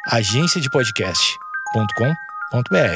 agenciadepodcast.com.br.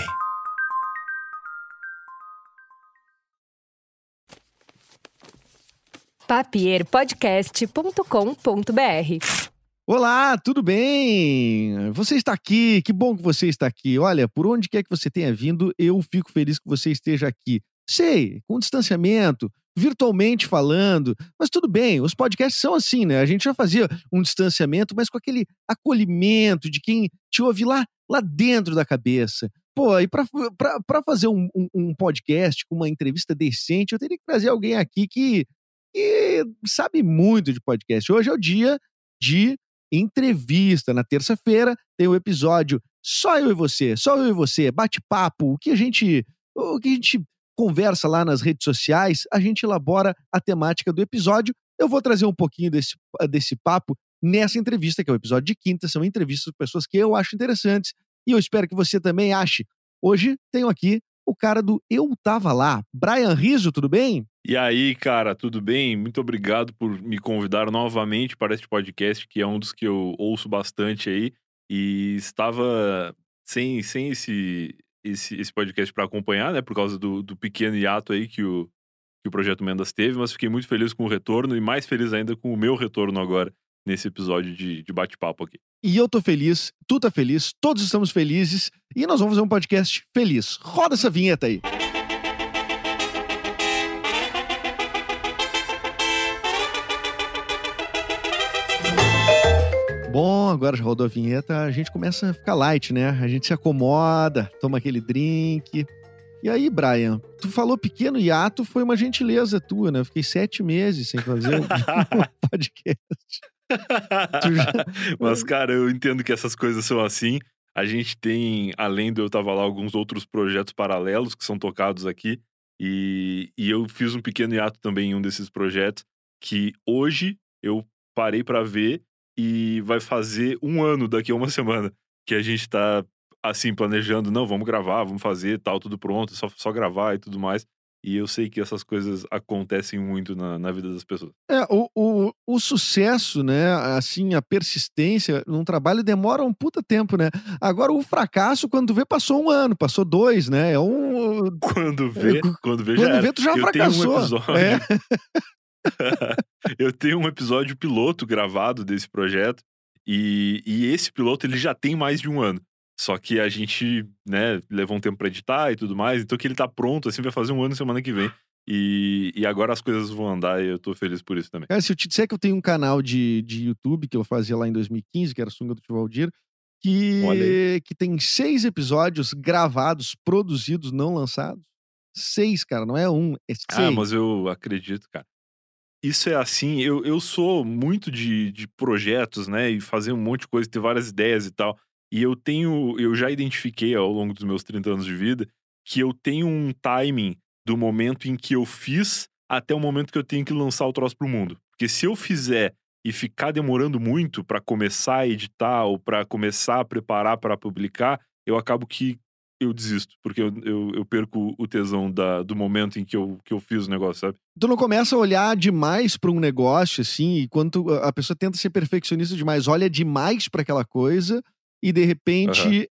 papierpodcast.com.br. Olá, tudo bem? Você está aqui, que bom que você está aqui. Olha, por onde quer que você tenha vindo, eu fico feliz que você esteja aqui. Sei, com distanciamento, virtualmente falando, mas tudo bem, os podcasts são assim, né? A gente já fazia um distanciamento, mas com aquele acolhimento de quem te ouve lá dentro da cabeça. Pô, e para fazer um podcast com uma entrevista decente, eu teria que trazer alguém aqui que sabe muito de podcast. Hoje é o dia de entrevista. Na terça-feira tem o episódio só eu e você, bate-papo, o que a gente conversa lá nas redes sociais, a gente elabora a temática do episódio. Eu vou trazer um pouquinho desse papo nessa entrevista, que é o episódio de quinta, são entrevistas com pessoas que eu acho interessantes e eu espero que você também ache. Hoje tenho aqui o cara do Eu Tava Lá, Brian Rizzo, tudo bem? E aí, cara, tudo bem? Muito obrigado por me convidar novamente para este podcast, que é um dos que eu ouço bastante aí. E estava sem esse podcast para acompanhar, né? Por causa do pequeno hiato aí que o Projeto Mendas teve, mas fiquei muito feliz com o retorno e mais feliz ainda com o meu retorno agora nesse episódio de bate-papo aqui. E eu tô feliz, tu tá feliz, todos estamos felizes e nós vamos fazer um podcast feliz. Roda essa vinheta aí. Bom, agora já rodou a vinheta, a gente começa a ficar light, né? A gente se acomoda, toma aquele drink. E aí, Brian, tu falou pequeno hiato, foi uma gentileza tua, né? Eu fiquei 7 meses sem fazer um podcast. Mas, cara, eu entendo que essas coisas são assim. A gente tem, além do Eu Tava Lá, alguns outros projetos paralelos que são tocados aqui. E eu fiz um pequeno hiato também em um desses projetos, que hoje eu parei pra ver e vai fazer 1 ano daqui a uma semana. Que a gente tá, assim, planejando, não, vamos gravar, vamos fazer, tal, tudo pronto, só gravar e tudo mais. E eu sei que essas coisas acontecem muito na vida das pessoas. O sucesso, né, assim, a persistência num trabalho demora um puta tempo, né? Agora o fracasso, quando tu vê, passou 1 ano, passou 2, né? Quando vê já Quando era. vê, tu já fracassou. Tenho um episódio... Eu tenho um episódio piloto gravado desse projeto e esse piloto ele já tem mais de 1 ano. Só que a gente, né, levou um tempo pra editar e tudo mais, então que ele tá pronto, assim, vai fazer 1 ano semana que vem. E agora as coisas vão andar e eu tô feliz por isso também. Cara, se eu te disser que eu tenho um canal de YouTube que eu fazia lá em 2015, que era Sunga do Tio Valdir, que tem 6 episódios gravados, produzidos, não lançados. 6, cara, não é 1, é 6. Ah, mas eu acredito, cara. Isso é assim, eu sou muito de projetos, né, e fazer um monte de coisa, ter várias ideias e tal. E eu já identifiquei ao longo dos meus 30 anos de vida, que eu tenho um timing do momento em que eu fiz até o momento que eu tenho que lançar o troço pro mundo. Porque se eu fizer e ficar demorando muito pra começar a editar ou pra começar a preparar pra publicar, eu acabo que eu desisto, porque eu perco o tesão do momento em que eu fiz o negócio, sabe? Tu não começa a olhar demais pra um negócio, assim, e quando a pessoa tenta ser perfeccionista demais, olha demais pra aquela coisa, e de repente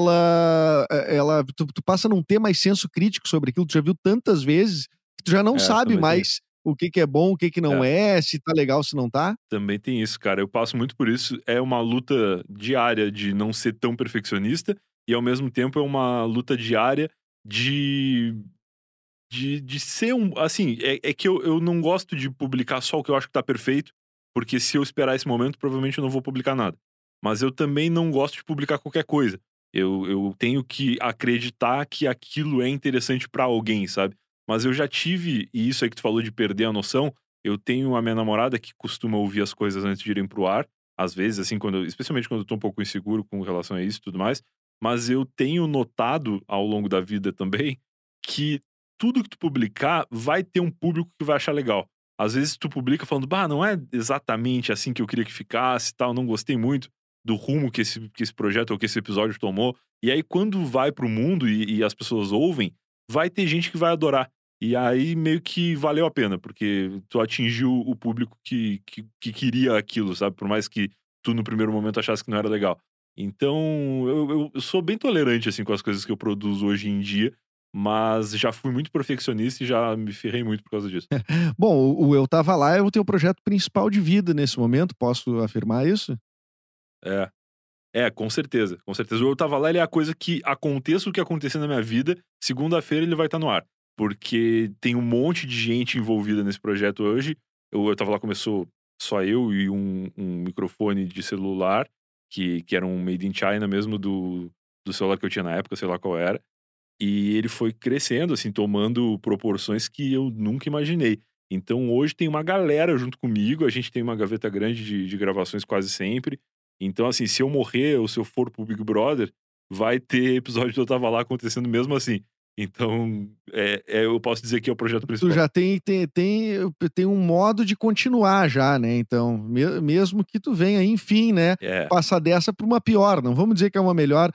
tu passa a não ter mais senso crítico sobre aquilo, tu já viu tantas vezes que tu já não sabe mais o que é bom, o que não é, se tá legal, se não tá. Também tem isso, cara. Eu passo muito por isso. É uma luta diária de não ser tão perfeccionista e, ao mesmo tempo, é uma luta diária de ser um... Assim, é que eu não gosto de publicar só o que eu acho que tá perfeito, porque se eu esperar esse momento, provavelmente eu não vou publicar nada. Mas eu também não gosto de publicar qualquer coisa. Eu tenho que acreditar que aquilo é interessante pra alguém, sabe? Mas eu já tive, e isso aí que tu falou de perder a noção, eu tenho a minha namorada que costuma ouvir as coisas antes de irem pro ar, às vezes, assim, especialmente quando eu tô um pouco inseguro com relação a isso e tudo mais, mas eu tenho notado ao longo da vida também que tudo que tu publicar vai ter um público que vai achar legal. Às vezes tu publica falando, bah, não é exatamente assim que eu queria que ficasse, tal, não gostei muito do rumo que esse projeto ou que esse episódio tomou. E aí quando vai pro mundo e as pessoas ouvem, vai ter gente que vai adorar. E aí meio que valeu a pena, porque tu atingiu o público que queria aquilo, sabe? Por mais que tu no primeiro momento achasse que não era legal. Então, eu sou bem tolerante, assim, com as coisas que eu produzo hoje em dia, mas já fui muito perfeccionista e já me ferrei muito por causa disso. Bom, o Eu Tava Lá é o teu projeto principal de vida nesse momento, posso afirmar isso? É. É, com certeza, com certeza. O Eu Tava Lá, ele é a coisa que aconteça o que acontecer na minha vida, segunda-feira ele vai estar no ar. Porque tem um monte de gente envolvida nesse projeto hoje. O Eu Tava Lá começou só eu e um microfone de celular, que era um made in China mesmo do celular que eu tinha na época, sei lá qual era. E ele foi crescendo, assim, tomando proporções que eu nunca imaginei. Então hoje tem uma galera junto comigo, a gente tem uma gaveta grande de gravações quase sempre. Então, assim, se eu morrer ou se eu for pro Big Brother, vai ter episódio que eu tava lá acontecendo mesmo assim. Então, eu posso dizer que é o projeto Tu principal. já tem um modo de continuar já, né? Então, mesmo que tu venha, enfim, né? É. Passar dessa pra uma pior. Não vamos dizer que é uma melhor,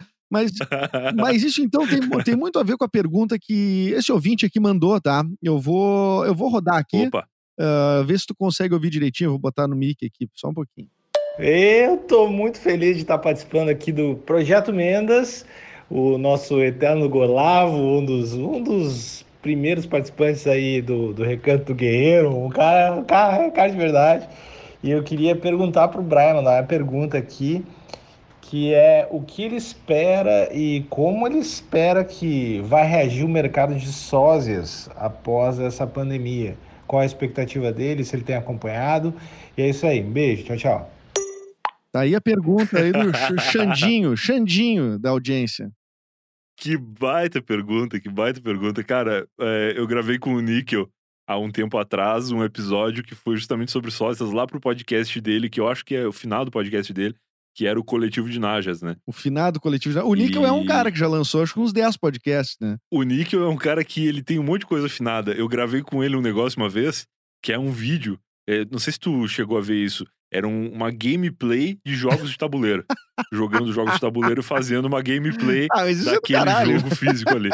mas isso então tem muito a ver com a pergunta que esse ouvinte aqui mandou, tá? Eu vou rodar aqui, Opa, ver se tu consegue ouvir direitinho. Eu vou botar no mic aqui, só um pouquinho. Eu tô muito feliz de estar participando aqui do Projeto Mendas, o nosso eterno Golavo, um dos primeiros participantes aí do Recanto do Guerreiro, um cara de verdade. E eu queria perguntar pro Brian, mandar uma pergunta aqui, que é o que ele espera e como ele espera que vai reagir o mercado de sósias após essa pandemia. Qual a expectativa dele, se ele tem acompanhado. E é isso aí, um beijo, tchau, tchau. Tá aí a pergunta aí do Xandinho da audiência. que baita pergunta, que baita pergunta. Cara, eu gravei com o Níquel há um tempo atrás um episódio que foi justamente sobre sócias lá pro podcast dele, que eu acho que é o final do podcast dele, que era o Coletivo de Najas, né? O finado coletivo. O Níquel é um cara que já lançou, acho que uns 10 podcasts, né? O Níquel é um cara que ele tem um monte de coisa afinada. Eu gravei com ele um negócio uma vez, que é um vídeo. Não sei se tu chegou a ver isso. Era uma gameplay de jogos de tabuleiro. Jogando jogos de tabuleiro e fazendo uma gameplay Mas isso daquele é do caralho. jogo físico ali.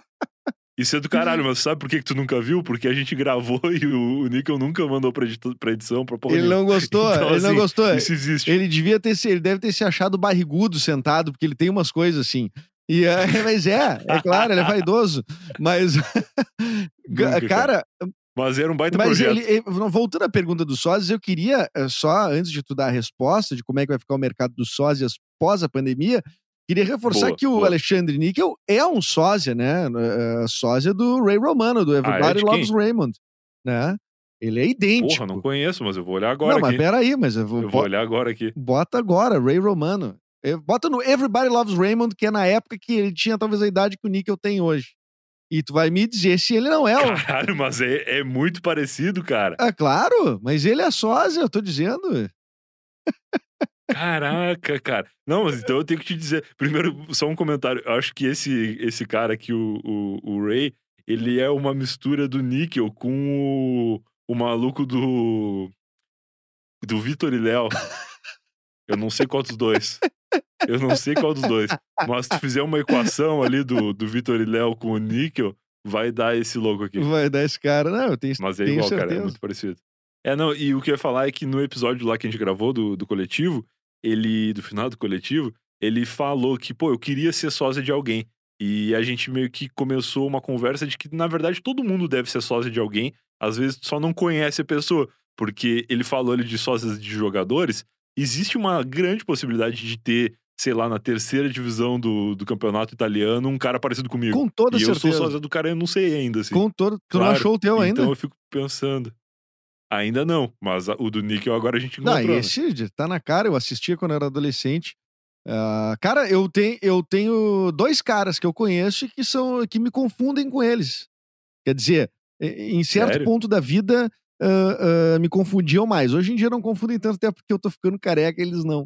Isso é do caralho, mas sabe por que tu nunca viu? Porque a gente gravou e o Níquel nunca mandou pra edição, pra porra Ele nenhuma. não gostou, Então, ele não assim, gostou. Isso existe. Ele deve ter se achado barrigudo sentado, porque ele tem umas coisas assim. Mas é claro, ele é vaidoso. Mas, Nunca, cara, Mas era um baita mas projeto. voltando à pergunta dos sósias, eu queria só, antes de tu dar a resposta de como é que vai ficar o mercado dos sósias pós a pandemia, queria reforçar que o Alexandre Níquel é um sósia, né? Sósia do Ray Romano, do Everybody Loves Raymond, né? Ele é idêntico. Porra, não conheço, mas eu vou olhar agora Não, aqui. mas peraí, mas Eu vou olhar agora aqui. Bota agora, Ray Romano. Bota no Everybody Loves Raymond, que é na época que ele tinha talvez a idade que o Níquel tem hoje. E tu vai me dizer se ele não é o... Caralho, mas é muito parecido, cara. É claro, mas ele é sósia, eu tô dizendo. Caraca, cara. Não, mas então eu tenho que te dizer. Primeiro, só um comentário. Eu acho que esse cara aqui, o Ray, ele é uma mistura do Níquel com o maluco do Vitor e Léo. Eu não sei qual dos dois. Mas se tu fizer uma equação ali do Vitor e Léo com o Níquel, vai dar esse louco aqui. Vai dar esse cara, não, eu tenho Mas é tenho igual, certeza. cara, é muito parecido. Não, e o que eu ia falar é que no episódio lá que a gente gravou do coletivo, do final do coletivo, ele falou que, pô, eu queria ser sósia de alguém. E a gente meio que começou uma conversa de que, na verdade, todo mundo deve ser sósia de alguém. Às vezes só não conhece a pessoa. Porque ele falou ali de sósias de jogadores. Existe uma grande possibilidade de ter, sei lá, na terceira divisão do campeonato italiano, um cara parecido comigo. Com toda certeza. E eu sou sósia do cara, eu não sei ainda, assim. Tu não achou o teu ainda? Então eu fico pensando. Ainda não, mas o do Níquel agora a gente encontrou. Não, esse tá na cara, eu assistia quando eu era adolescente. Cara, eu tenho 2 caras que eu conheço que me confundem com eles. Quer dizer, em certo Sério? ponto da vida, me confundiam mais. Hoje em dia não confundem tanto, até porque eu tô ficando careca, eles não.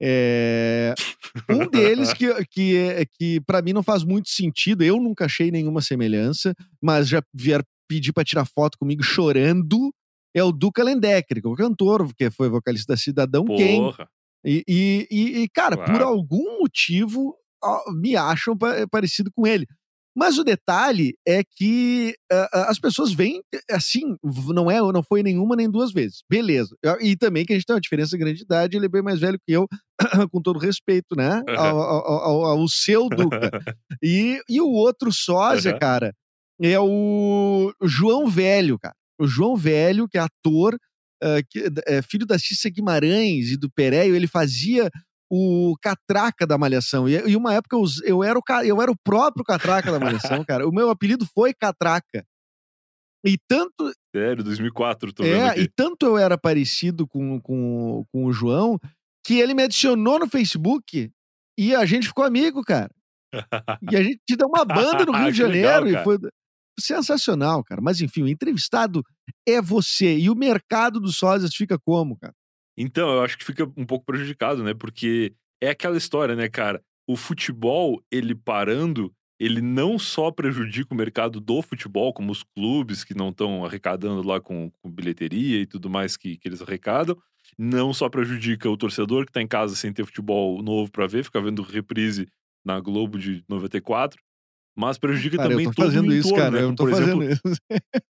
Um deles que pra mim não faz muito sentido, eu nunca achei nenhuma semelhança, mas já vieram pedir pra tirar foto comigo chorando, é o Duca Lendecker, que é o cantor, que foi vocalista da Cidadão Kane. Porra. E cara, Claro. por algum motivo, me acham parecido com ele. Mas o detalhe é que as pessoas veem assim, não foi nenhuma nem duas vezes. Beleza. E também que a gente tem uma diferença grande de idade, ele é bem mais velho que eu, com todo respeito, né? Ao seu Duca. E o outro sósia, cara, é o João Velho, cara. O João Velho, que é ator, filho da Cissa Guimarães e do Pereio, ele fazia o Catraca da Malhação. E uma época eu era o próprio Catraca da Malhação, cara. O meu apelido foi Catraca. E tanto... Sério, 2004, tô vendo aqui. E tanto eu era parecido com o João, que ele me adicionou no Facebook e a gente ficou amigo, cara. E a gente deu uma banda no Rio de Janeiro. Legal, e foi sensacional, cara. Mas enfim, o entrevistado é você. E o mercado dos sósias fica como, cara? Então, eu acho que fica um pouco prejudicado, né? Porque é aquela história, né, cara? O futebol, ele parando, ele não só prejudica o mercado do futebol, como os clubes que não estão arrecadando lá com bilheteria e tudo mais que eles arrecadam, não só prejudica o torcedor que tá em casa sem ter futebol novo pra ver, fica vendo reprise na Globo de 94, mas prejudica Cara, também eu tô todo o fazendo entorno, isso, cara. né? Eu não tô Por exemplo, fazendo isso.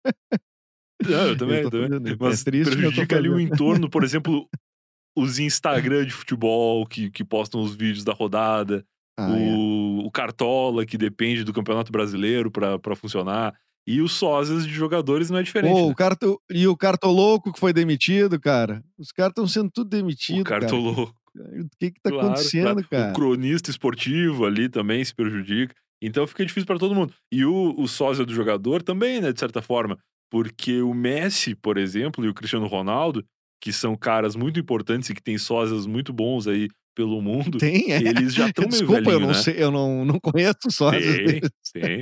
não, eu também. Mas triste, prejudica ali o fazendo. entorno, por exemplo, os Instagram de futebol que postam os vídeos da rodada, o Cartola, que depende do Campeonato Brasileiro pra funcionar, e os sósias de jogadores não é diferente, né? E o Cartoloco que foi demitido, cara. Os caras estão sendo tudo demitidos, O Cartoloco. O que tá Claro, acontecendo, claro. cara? O cronista esportivo ali também se prejudica. Então fica difícil pra todo mundo. E o sósia do jogador também, né, de certa forma. Porque o Messi, por exemplo, e o Cristiano Ronaldo, que são caras muito importantes e que têm sósias muito bons aí pelo mundo, Tem, eles já estão meio Desculpa, eu velhinho, não né? sei, eu não conheço os sósias deles. Tem.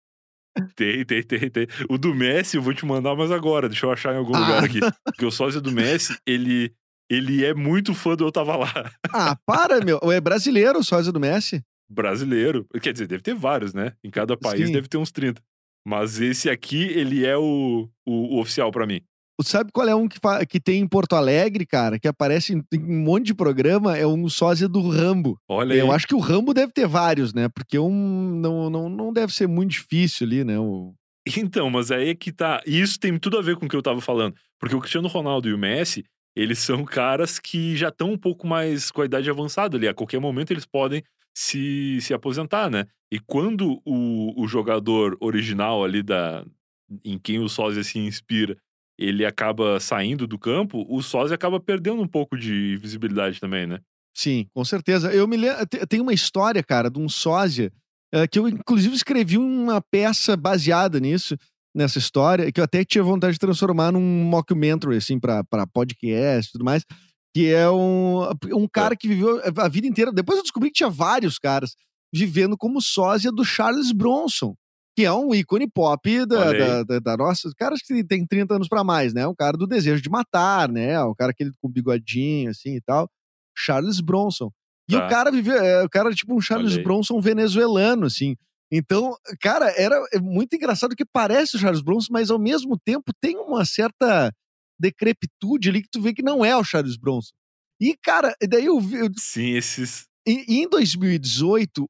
Tem. O do Messi eu vou te mandar mais agora. Deixa eu achar em algum lugar aqui. Porque o sósia do Messi, ele é muito fã do Eu Tava Lá. Para, meu. É brasileiro o sósia do Messi? Brasileiro. Quer dizer, deve ter vários, né? Em cada país Sim. deve ter uns 30. Mas esse aqui, ele é o oficial pra mim. Sabe qual é um que tem em Porto Alegre, cara? Que aparece em um monte de programa? É um sósia do Rambo. Olha aí. Eu acho que o Rambo deve ter vários, né? Porque não deve ser muito difícil ali, né? Então, mas aí é que tá. E isso tem tudo a ver com o que eu tava falando. Porque o Cristiano Ronaldo e o Messi, eles são caras que já estão um pouco mais com a idade avançada ali. A qualquer momento eles podem se aposentar, né? E quando o jogador original ali em quem o sósia se inspira, ele acaba saindo do campo, o sósia acaba perdendo um pouco de visibilidade também, né? Sim, com certeza. Eu me lembro. Tem uma história, cara, de um sósia que eu, inclusive, escrevi uma peça baseada nessa história, que eu até tinha vontade de transformar num mockumentary, assim, pra podcast e tudo mais. Que é um cara que viveu a vida inteira. Depois eu descobri que tinha vários caras vivendo como sósia do Charles Bronson, que é um ícone pop da nossa. Caras que tem 30 anos pra mais, né? Um cara do Desejo de Matar, né? Um cara aquele com bigodinho, assim e tal. Charles Bronson. E o cara o cara era tipo um Charles Bronson venezuelano, assim. Então, cara, é muito engraçado que parece o Charles Bronson, mas ao mesmo tempo tem uma certa decrepitude ali que tu vê que não é o Charles Bronson. E, cara, daí eu vi... Sim, esses... E em 2018,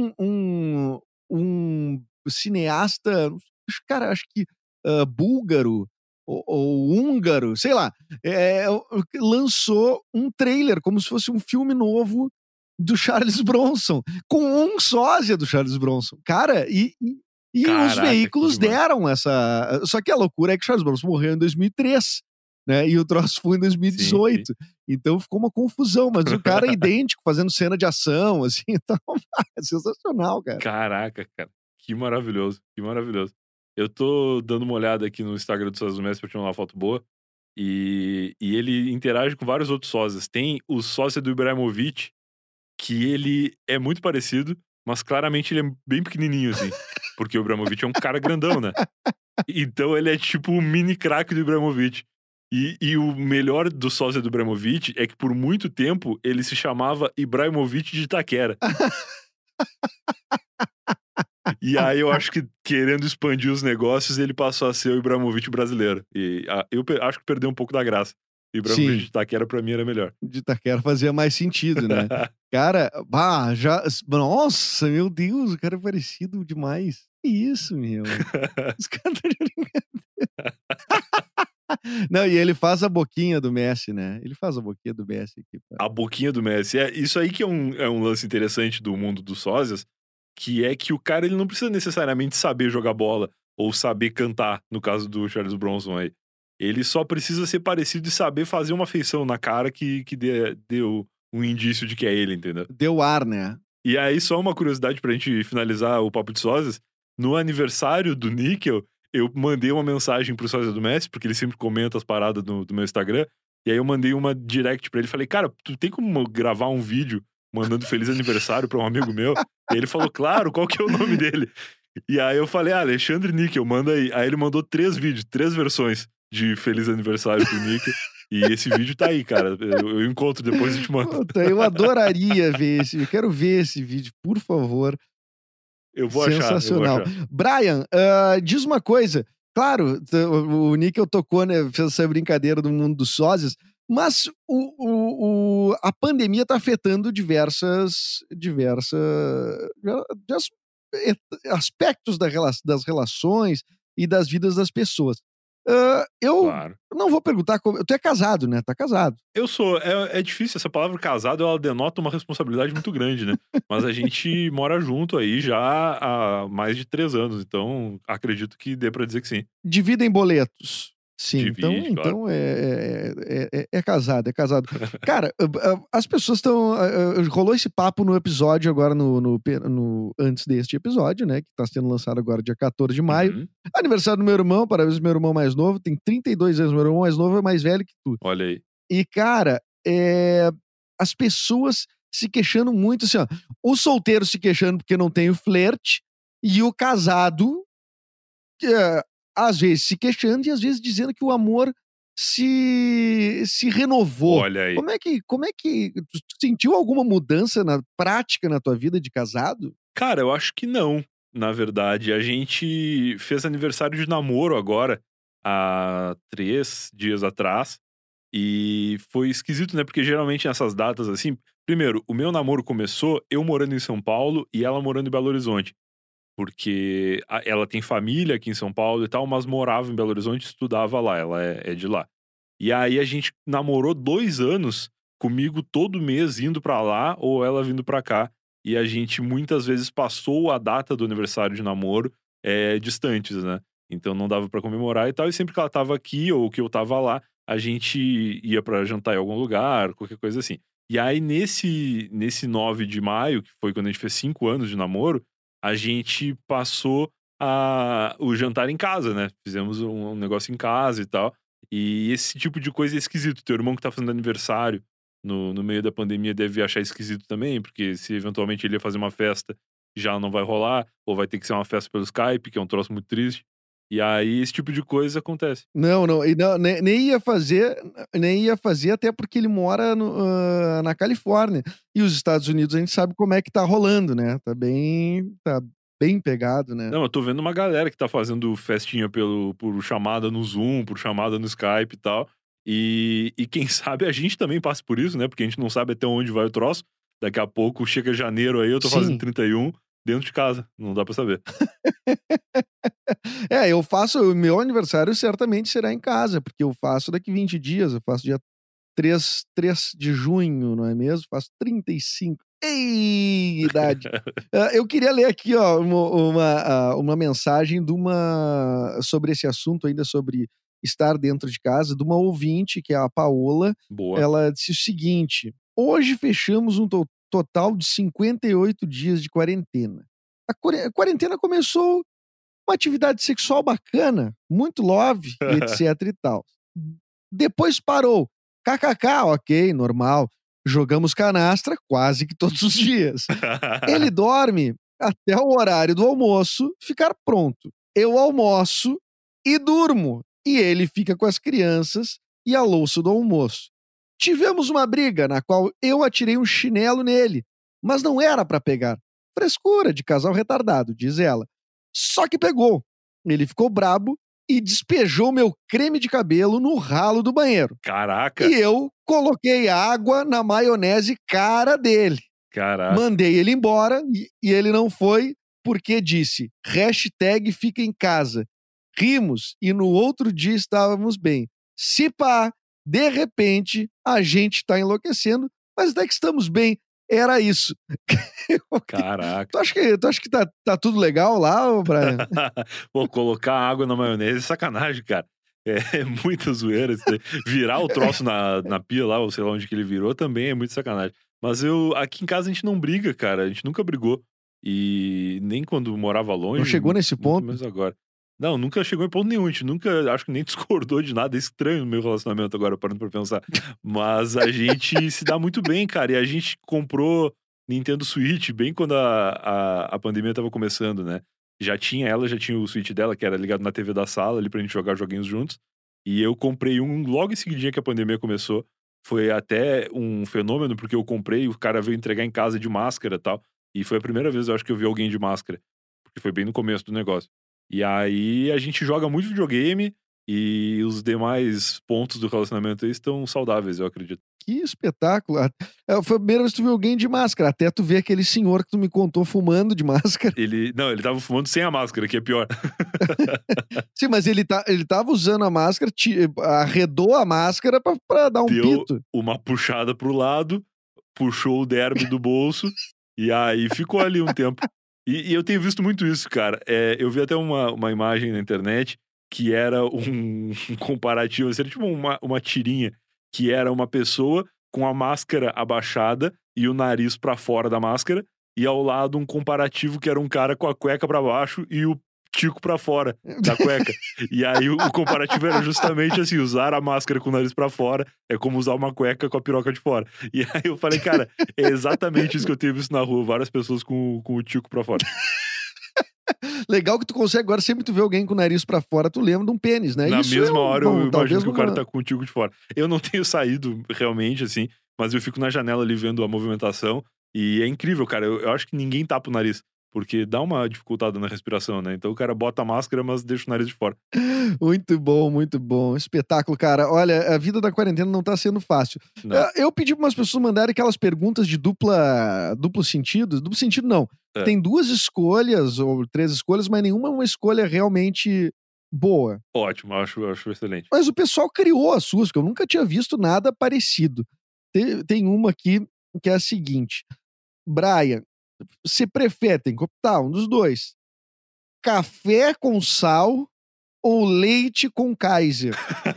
um cineasta, cara, acho que búlgaro ou húngaro, sei lá, lançou um trailer como se fosse um filme novo do Charles Bronson, com um sósia do Charles Bronson. Cara, Caraca, os veículos deram essa... Só que a loucura é que o Charles Bronson morreu em 2003, né? E o troço foi em 2018. Sim. Então ficou uma confusão, mas o cara é idêntico, fazendo cena de ação, assim, então é sensacional, cara. Caraca, cara. Que maravilhoso, que maravilhoso. Eu tô dando uma olhada aqui no Instagram do Sósia do Messi pra tirar uma foto boa. E ele interage com vários outros sósias. Tem o sósia do Ibrahimovic, que ele é muito parecido, mas claramente ele é bem pequenininho, assim. Porque o Ibrahimovic é um cara grandão, né? Então ele é tipo o mini craque do Ibrahimovic. E o melhor do sósia do Ibrahimovic é que por muito tempo ele se chamava Ibrahimovic de Itaquera. E aí eu acho que, querendo expandir os negócios, ele passou a ser o Ibrahimovic brasileiro. E eu acho que perdeu um pouco da graça. E pra Sim. de Itaquera, pra mim, era melhor. De Itaquera fazia mais sentido, né? Cara, já... Nossa, meu Deus, o cara é parecido demais. Que isso, meu? Os caras estão de brincadeira. Não, e ele faz a boquinha do Messi, né? Ele faz a boquinha do Messi aqui. A boquinha do Messi. Isso aí que é um lance interessante do mundo dos sósias, que é que o cara ele não precisa necessariamente saber jogar bola ou saber cantar, no caso do Charles Bronson aí. Ele só precisa ser parecido e saber fazer uma feição na cara que deu um indício de que é ele, entendeu? Deu ar, né? E aí, só uma curiosidade pra gente finalizar o Papo de Sósias. No aniversário do Níquel, eu mandei uma mensagem pro sósia do Messi, porque ele sempre comenta as paradas do meu Instagram. E aí eu mandei uma direct pra ele. Falei, cara, tu tem como gravar um vídeo mandando feliz aniversário pra um amigo meu? E ele falou, claro, qual que é o nome dele? E aí eu falei, Alexandre Níquel, manda aí. Aí ele mandou 3 vídeos, 3 versões de feliz aniversário pro Níquel. E esse vídeo tá aí, cara. Eu encontro depois e te mando. Puta, eu adoraria ver esse. Eu quero ver esse vídeo, por favor. Eu vou achar. Sensacional. Brian, diz uma coisa. Claro, o Níquel tocou, né? Fez essa brincadeira do mundo dos sósias, mas a pandemia tá afetando diversos aspectos das relações e das vidas das pessoas. Eu Claro. não vou perguntar como. Tu é casado, né? Tá casado. Eu sou. É difícil, essa palavra casado, ela denota uma responsabilidade muito grande, né? Mas a gente mora junto aí já há mais de 3 anos, então acredito que dê pra dizer que sim. Dividem boletos. Sim, Divide, então é casado, é casado. Cara, as pessoas estão... rolou esse papo no episódio agora, antes deste episódio, né? Que tá sendo lançado agora dia 14 de maio. Uhum. Aniversário do meu irmão, parabéns pro meu irmão mais novo. Tem 32 anos, meu irmão mais novo é mais velho que tu. Olha aí. E, cara, as pessoas se queixando muito, assim, ó. O solteiro se queixando porque não tem o flerte, e o casado, às vezes se queixando e às vezes dizendo que o amor se renovou. Olha aí. Como é que tu sentiu alguma mudança na prática na tua vida de casado? Cara, eu acho que não. Na verdade, a gente fez aniversário de namoro agora, há 3 dias atrás. E foi esquisito, né? Porque geralmente nessas datas assim. Primeiro, o meu namoro começou eu morando em São Paulo e ela morando em Belo Horizonte. Porque ela tem família aqui em São Paulo e tal, mas morava em Belo Horizonte e estudava lá. Ela é de lá. E aí a gente namorou 2 anos comigo todo mês indo pra lá ou ela vindo pra cá. E a gente muitas vezes passou a data do aniversário de namoro distantes, né? Então não dava pra comemorar e tal. E sempre que ela tava aqui ou que eu tava lá, a gente ia pra jantar em algum lugar, qualquer coisa assim. E aí nesse 9 de maio, que foi quando a gente fez 5 anos de namoro, a gente passou o jantar em casa, né? Fizemos um negócio em casa e tal. E esse tipo de coisa é esquisito. Teu irmão que tá fazendo aniversário no meio da pandemia deve achar esquisito também, porque se eventualmente ele ia fazer uma festa, já não vai rolar, ou vai ter que ser uma festa pelo Skype, que é um troço muito triste. E aí esse tipo de coisa acontece. Não, nem ia fazer até porque ele mora na Califórnia. E os Estados Unidos a gente sabe como é que tá rolando, né? Tá bem pegado, né? Não, eu tô vendo uma galera que tá fazendo festinha por chamada no Zoom, por chamada no Skype e tal. E quem sabe a gente também passa por isso, né? Porque a gente não sabe até onde vai o troço. Daqui a pouco chega janeiro aí, eu tô fazendo 31 dentro de casa. Não dá pra saber. O meu aniversário certamente será em casa, porque eu faço daqui 20 dias, eu faço dia 3 de junho, não é mesmo? Faço 35. Ei, idade. Eu queria ler aqui, ó, uma mensagem sobre esse assunto ainda, sobre estar dentro de casa, de uma ouvinte, que é a Paola. Boa. Ela disse o seguinte: hoje fechamos um total de 58 dias de quarentena. A quarentena começou uma atividade sexual bacana, muito love, etc e tal. Depois parou. KKK, ok, normal. Jogamos canastra quase que todos os dias. Ele dorme até o horário do almoço ficar pronto. Eu almoço e durmo. E ele fica com as crianças e a louça do almoço. Tivemos uma briga na qual eu atirei um chinelo nele, mas não era pra pegar. Frescura de casal retardado, diz ela. Só que pegou. Ele ficou brabo e despejou meu creme de cabelo no ralo do banheiro. Caraca, E eu coloquei água na maionese cara dele. caraca. Mandei ele embora e ele não foi porque disse hashtag fica em casa. Rimos e no outro dia estávamos bem. Se pá, de repente, a gente tá enlouquecendo, mas até que estamos bem. Era isso. Caraca. Tu acha que tá tudo legal lá, ô Brian? Pô, colocar água na maionese é sacanagem, cara. É muita zoeira. Isso daí. Virar o troço na pia lá, ou sei lá onde que ele virou, também é muito sacanagem. Mas aqui em casa a gente não briga, cara. A gente nunca brigou. E nem quando morava longe. Não chegou nesse muito ponto? menos agora. Não, nunca chegou em ponto nenhum. A gente nunca, acho que nem discordou de nada. É estranho no meu relacionamento agora, parando pra pensar. Mas a gente se dá muito bem, cara. E a gente comprou Nintendo Switch bem quando a pandemia tava começando, né? Já tinha o Switch dela, que era ligado na TV da sala ali pra gente jogar joguinhos juntos. E eu comprei um logo em seguidinha que a pandemia começou. Foi até um fenômeno, porque eu comprei, o cara veio entregar em casa de máscara e tal. E foi a primeira vez, eu acho, que eu vi alguém de máscara. Porque foi bem no começo do negócio. E aí a gente joga muito videogame e os demais pontos do relacionamento aí estão saudáveis, eu acredito. Que espetáculo. Foi a primeira vez que tu viu alguém de máscara. Até tu ver aquele senhor que tu me contou fumando de máscara. Ele tava fumando sem a máscara, que é pior. Sim, mas ele tava usando a máscara, arredou a máscara pra dar um Deu pito. uma puxada pro lado, puxou o derby do bolso e aí ficou ali um tempo. E eu tenho visto muito isso, cara. Eu vi até uma imagem na internet que era um comparativo, assim, era tipo uma tirinha, que era uma pessoa com a máscara abaixada e o nariz pra fora da máscara, e ao lado um comparativo que era um cara com a cueca pra baixo e o tico pra fora da cueca. E aí o comparativo era justamente assim, usar a máscara com o nariz pra fora é como usar uma cueca com a piroca de fora. E aí eu falei, cara, é exatamente isso que eu tenho visto na rua, várias pessoas com o tico pra fora. Legal que tu consegue agora, sempre tu vê alguém com o nariz pra fora, tu lembra de um pênis, né? Na Isso mesma hora eu imagino talvez que o cara tá com o tico de fora. Eu não tenho saído realmente, assim, mas eu fico na janela ali vendo a movimentação e é incrível, cara. Eu acho que ninguém tapa o nariz, porque dá uma dificultada na respiração, né? Então o cara bota a máscara, mas deixa o nariz de fora. Muito bom, muito bom. Espetáculo, cara. Olha, a vida da quarentena não tá sendo fácil. Não. Eu pedi para umas pessoas mandarem aquelas perguntas de duplo sentido. Duplo sentido, não. É. Tem 2 escolhas ou 3 escolhas, mas nenhuma é uma escolha realmente boa. Ótimo, acho excelente. Mas o pessoal criou as suas, porque eu nunca tinha visto nada parecido. Tem uma aqui que é a seguinte. Brian, você prefere, tem que optar, um dos dois. Café com sal ou leite com Kaiser?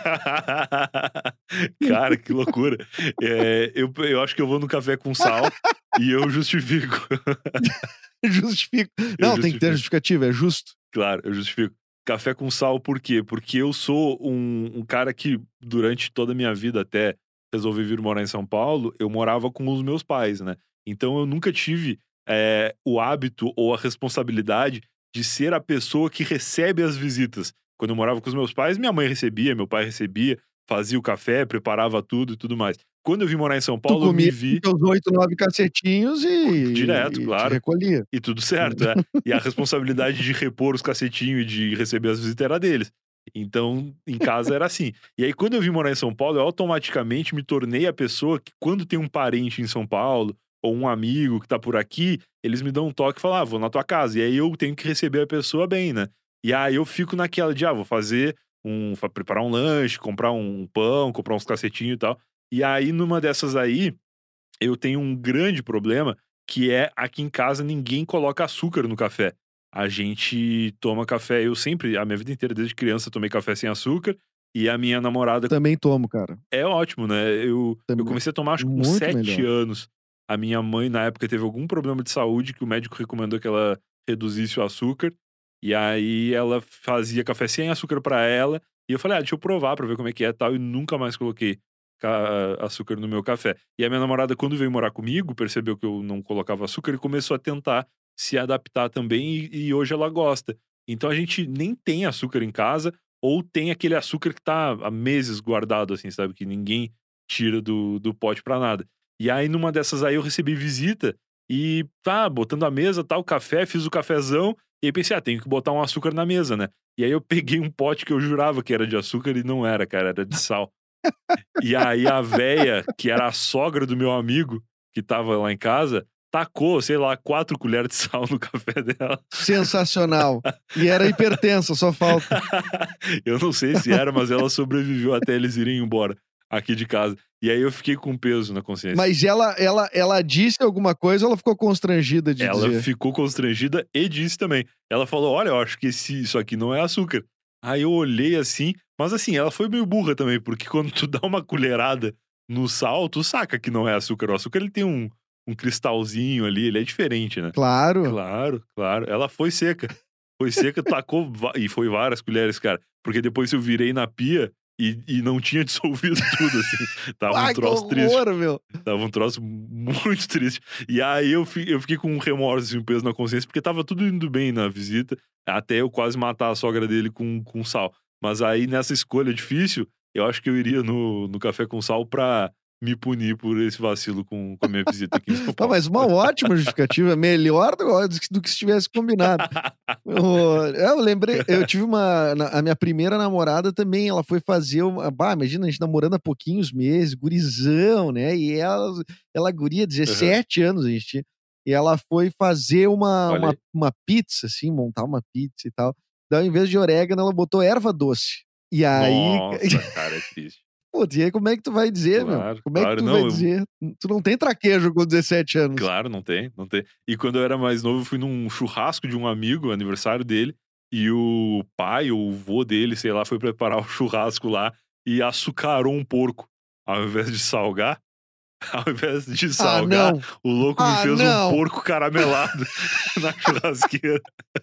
Cara, que loucura. Eu acho que eu vou no café com sal e eu justifico. Justifico. Não, tem que ter justifico. justificativa, é justo. Claro, eu justifico. Café com sal, por quê? Porque eu sou um cara que, durante toda a minha vida, até resolver vir morar em São Paulo, eu morava com os meus pais, né? Então eu nunca tive o hábito ou a responsabilidade de ser a pessoa que recebe as visitas. Quando eu morava com os meus pais, minha mãe recebia, meu pai recebia, fazia o café, preparava tudo e tudo mais. Quando eu vim morar em São Tu Paulo, eu me comia vi teus 8, 9 cacetinhos direto, e claro. te recolhia. E tudo certo, E a responsabilidade de repor os cacetinhos e de receber as visitas era deles. Então, em casa era assim. E aí, quando eu vim morar em São Paulo, eu automaticamente me tornei a pessoa que, quando tem um parente em São Paulo, ou um amigo que tá por aqui, eles me dão um toque e falam, vou na tua casa. E aí eu tenho que receber a pessoa bem, né? E aí eu fico naquela de, vou fazer preparar um lanche, comprar um pão, comprar uns cacetinhos e tal. E aí, numa dessas aí, eu tenho um grande problema, que é aqui em casa ninguém coloca açúcar no café. A gente toma café, eu sempre, a minha vida inteira, desde criança, tomei café sem açúcar. E a minha namorada Também tomo, cara. é ótimo, né? Eu Também. comecei a tomar, acho que com Muito 7 melhor. anos. A minha mãe, na época, teve algum problema de saúde que o médico recomendou que ela reduzisse o açúcar. E aí ela fazia café sem açúcar pra ela. E eu falei, deixa eu provar pra ver como é que é e tal. E nunca mais coloquei açúcar no meu café. E a minha namorada, quando veio morar comigo, percebeu que eu não colocava açúcar e começou a tentar se adaptar também. E hoje ela gosta. Então a gente nem tem açúcar em casa, ou tem aquele açúcar que tá há meses guardado, assim, sabe? Que ninguém tira do pote pra nada. E aí, numa dessas aí, eu recebi visita e botando a mesa, o café, fiz o cafezão, e aí pensei, tenho que botar um açúcar na mesa, né? E aí eu peguei um pote que eu jurava que era de açúcar e não era, cara, era de sal. E aí a véia, que era a sogra do meu amigo, que tava lá em casa, tacou, sei lá, 4 colheres de sal no café dela. Sensacional. E era hipertensa, só falta. Eu não sei se era, mas ela sobreviveu até eles irem embora aqui de casa. E aí eu fiquei com peso na consciência. Mas ela disse alguma coisa ou ela ficou constrangida de Ela dizer? ficou constrangida e disse também. Ela falou, olha, eu acho que isso aqui não é açúcar. Aí eu olhei assim, mas assim, ela foi meio burra também, porque quando tu dá uma colherada no sal, tu saca que não é açúcar. O açúcar, ele tem um cristalzinho ali, ele é diferente, né? Claro. Claro, claro. Ela foi seca. Foi seca, tacou, e foi várias colheres, cara. Porque depois eu virei na pia e não tinha dissolvido tudo, assim. Tava Ai, um troço que horror, triste. meu. Tava um troço muito triste. E aí eu fiquei com um remorso, assim, um peso na consciência, porque tava tudo indo bem na visita, até eu quase matar a sogra dele com sal. Mas aí, nessa escolha difícil, eu acho que eu iria no café com sal pra me punir por esse vacilo com a minha visita aqui em São Tá, Paulo. mas uma ótima justificativa, melhor do que se tivesse combinado. Eu lembrei, eu tive a minha primeira namorada também, ela foi fazer imagina, a gente namorando há pouquinhos meses, gurizão, né? E ela guria, 17 anos a gente tinha, e ela foi fazer Olha aí. uma pizza, assim, montar uma pizza e tal. Daí, ao invés de orégano, ela botou erva doce. E aí, Nossa, cara, é triste. putz, e aí como é que tu vai dizer, meu? Claro, Como é que claro. tu Não, vai dizer? Tu não tem traquejo com 17 anos. Claro, não tem, não tem. E quando eu era mais novo, eu fui num churrasco de um amigo, aniversário dele, e o pai ou o vô dele, sei lá, foi preparar o churrasco lá e açucarou um porco. Ao invés de salgar, não. o louco me fez não. um porco caramelado na churrasqueira.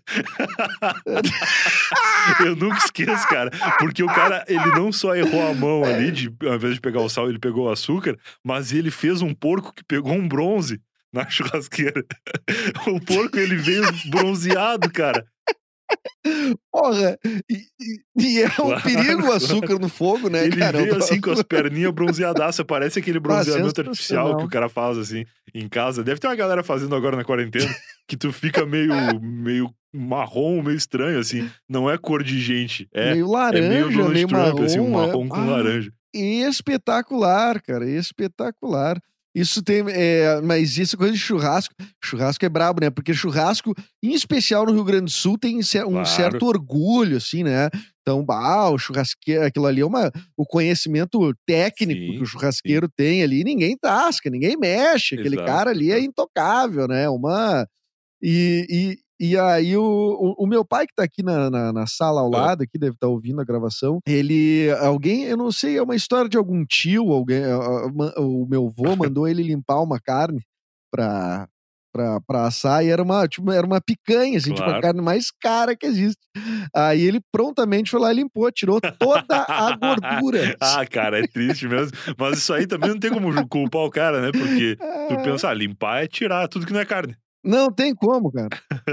Eu nunca esqueço, cara, porque o cara, ele não só errou a mão ali, ao invés de pegar o sal, ele pegou o açúcar, mas ele fez um porco que pegou um bronze na churrasqueira. O porco, ele veio bronzeado, cara. Porra, e é um Claro, perigo o claro. açúcar no fogo, né, Ele cara? veio assim com as perninhas bronzeadaças, parece aquele bronzeamento artificial sensacional. que o cara faz assim em casa. Deve ter uma galera fazendo agora na quarentena, que tu fica meio marrom, meio estranho assim. Não é cor de gente, Meio é laranja, meio Donald meio Trump, marrom. assim, um marrom com laranja. Espetacular, cara, espetacular. Isso tem, mas isso é coisa de churrasco. Churrasco é brabo, né? Porque churrasco, em especial no Rio Grande do Sul, tem um Claro. certo orgulho, assim, né? Então, o churrasqueiro, aquilo ali é o conhecimento técnico Sim, que o churrasqueiro tem ali. Ninguém tasca, ninguém mexe. Aquele Exato, cara ali é exato. intocável, né? E aí o meu pai que tá aqui na sala ao lado, aqui deve estar ouvindo a gravação, eu não sei, é uma história de algum tio, o meu avô mandou ele limpar uma carne pra assar, e era uma picanha, assim, tipo a Claro. carne mais cara que existe. Aí ele prontamente foi lá e limpou, tirou toda a gordura. Ah, cara, é triste mesmo. Mas isso aí também não tem como culpar o cara, né? Porque tu pensa, limpar é tirar tudo que não é carne. Não tem como, cara.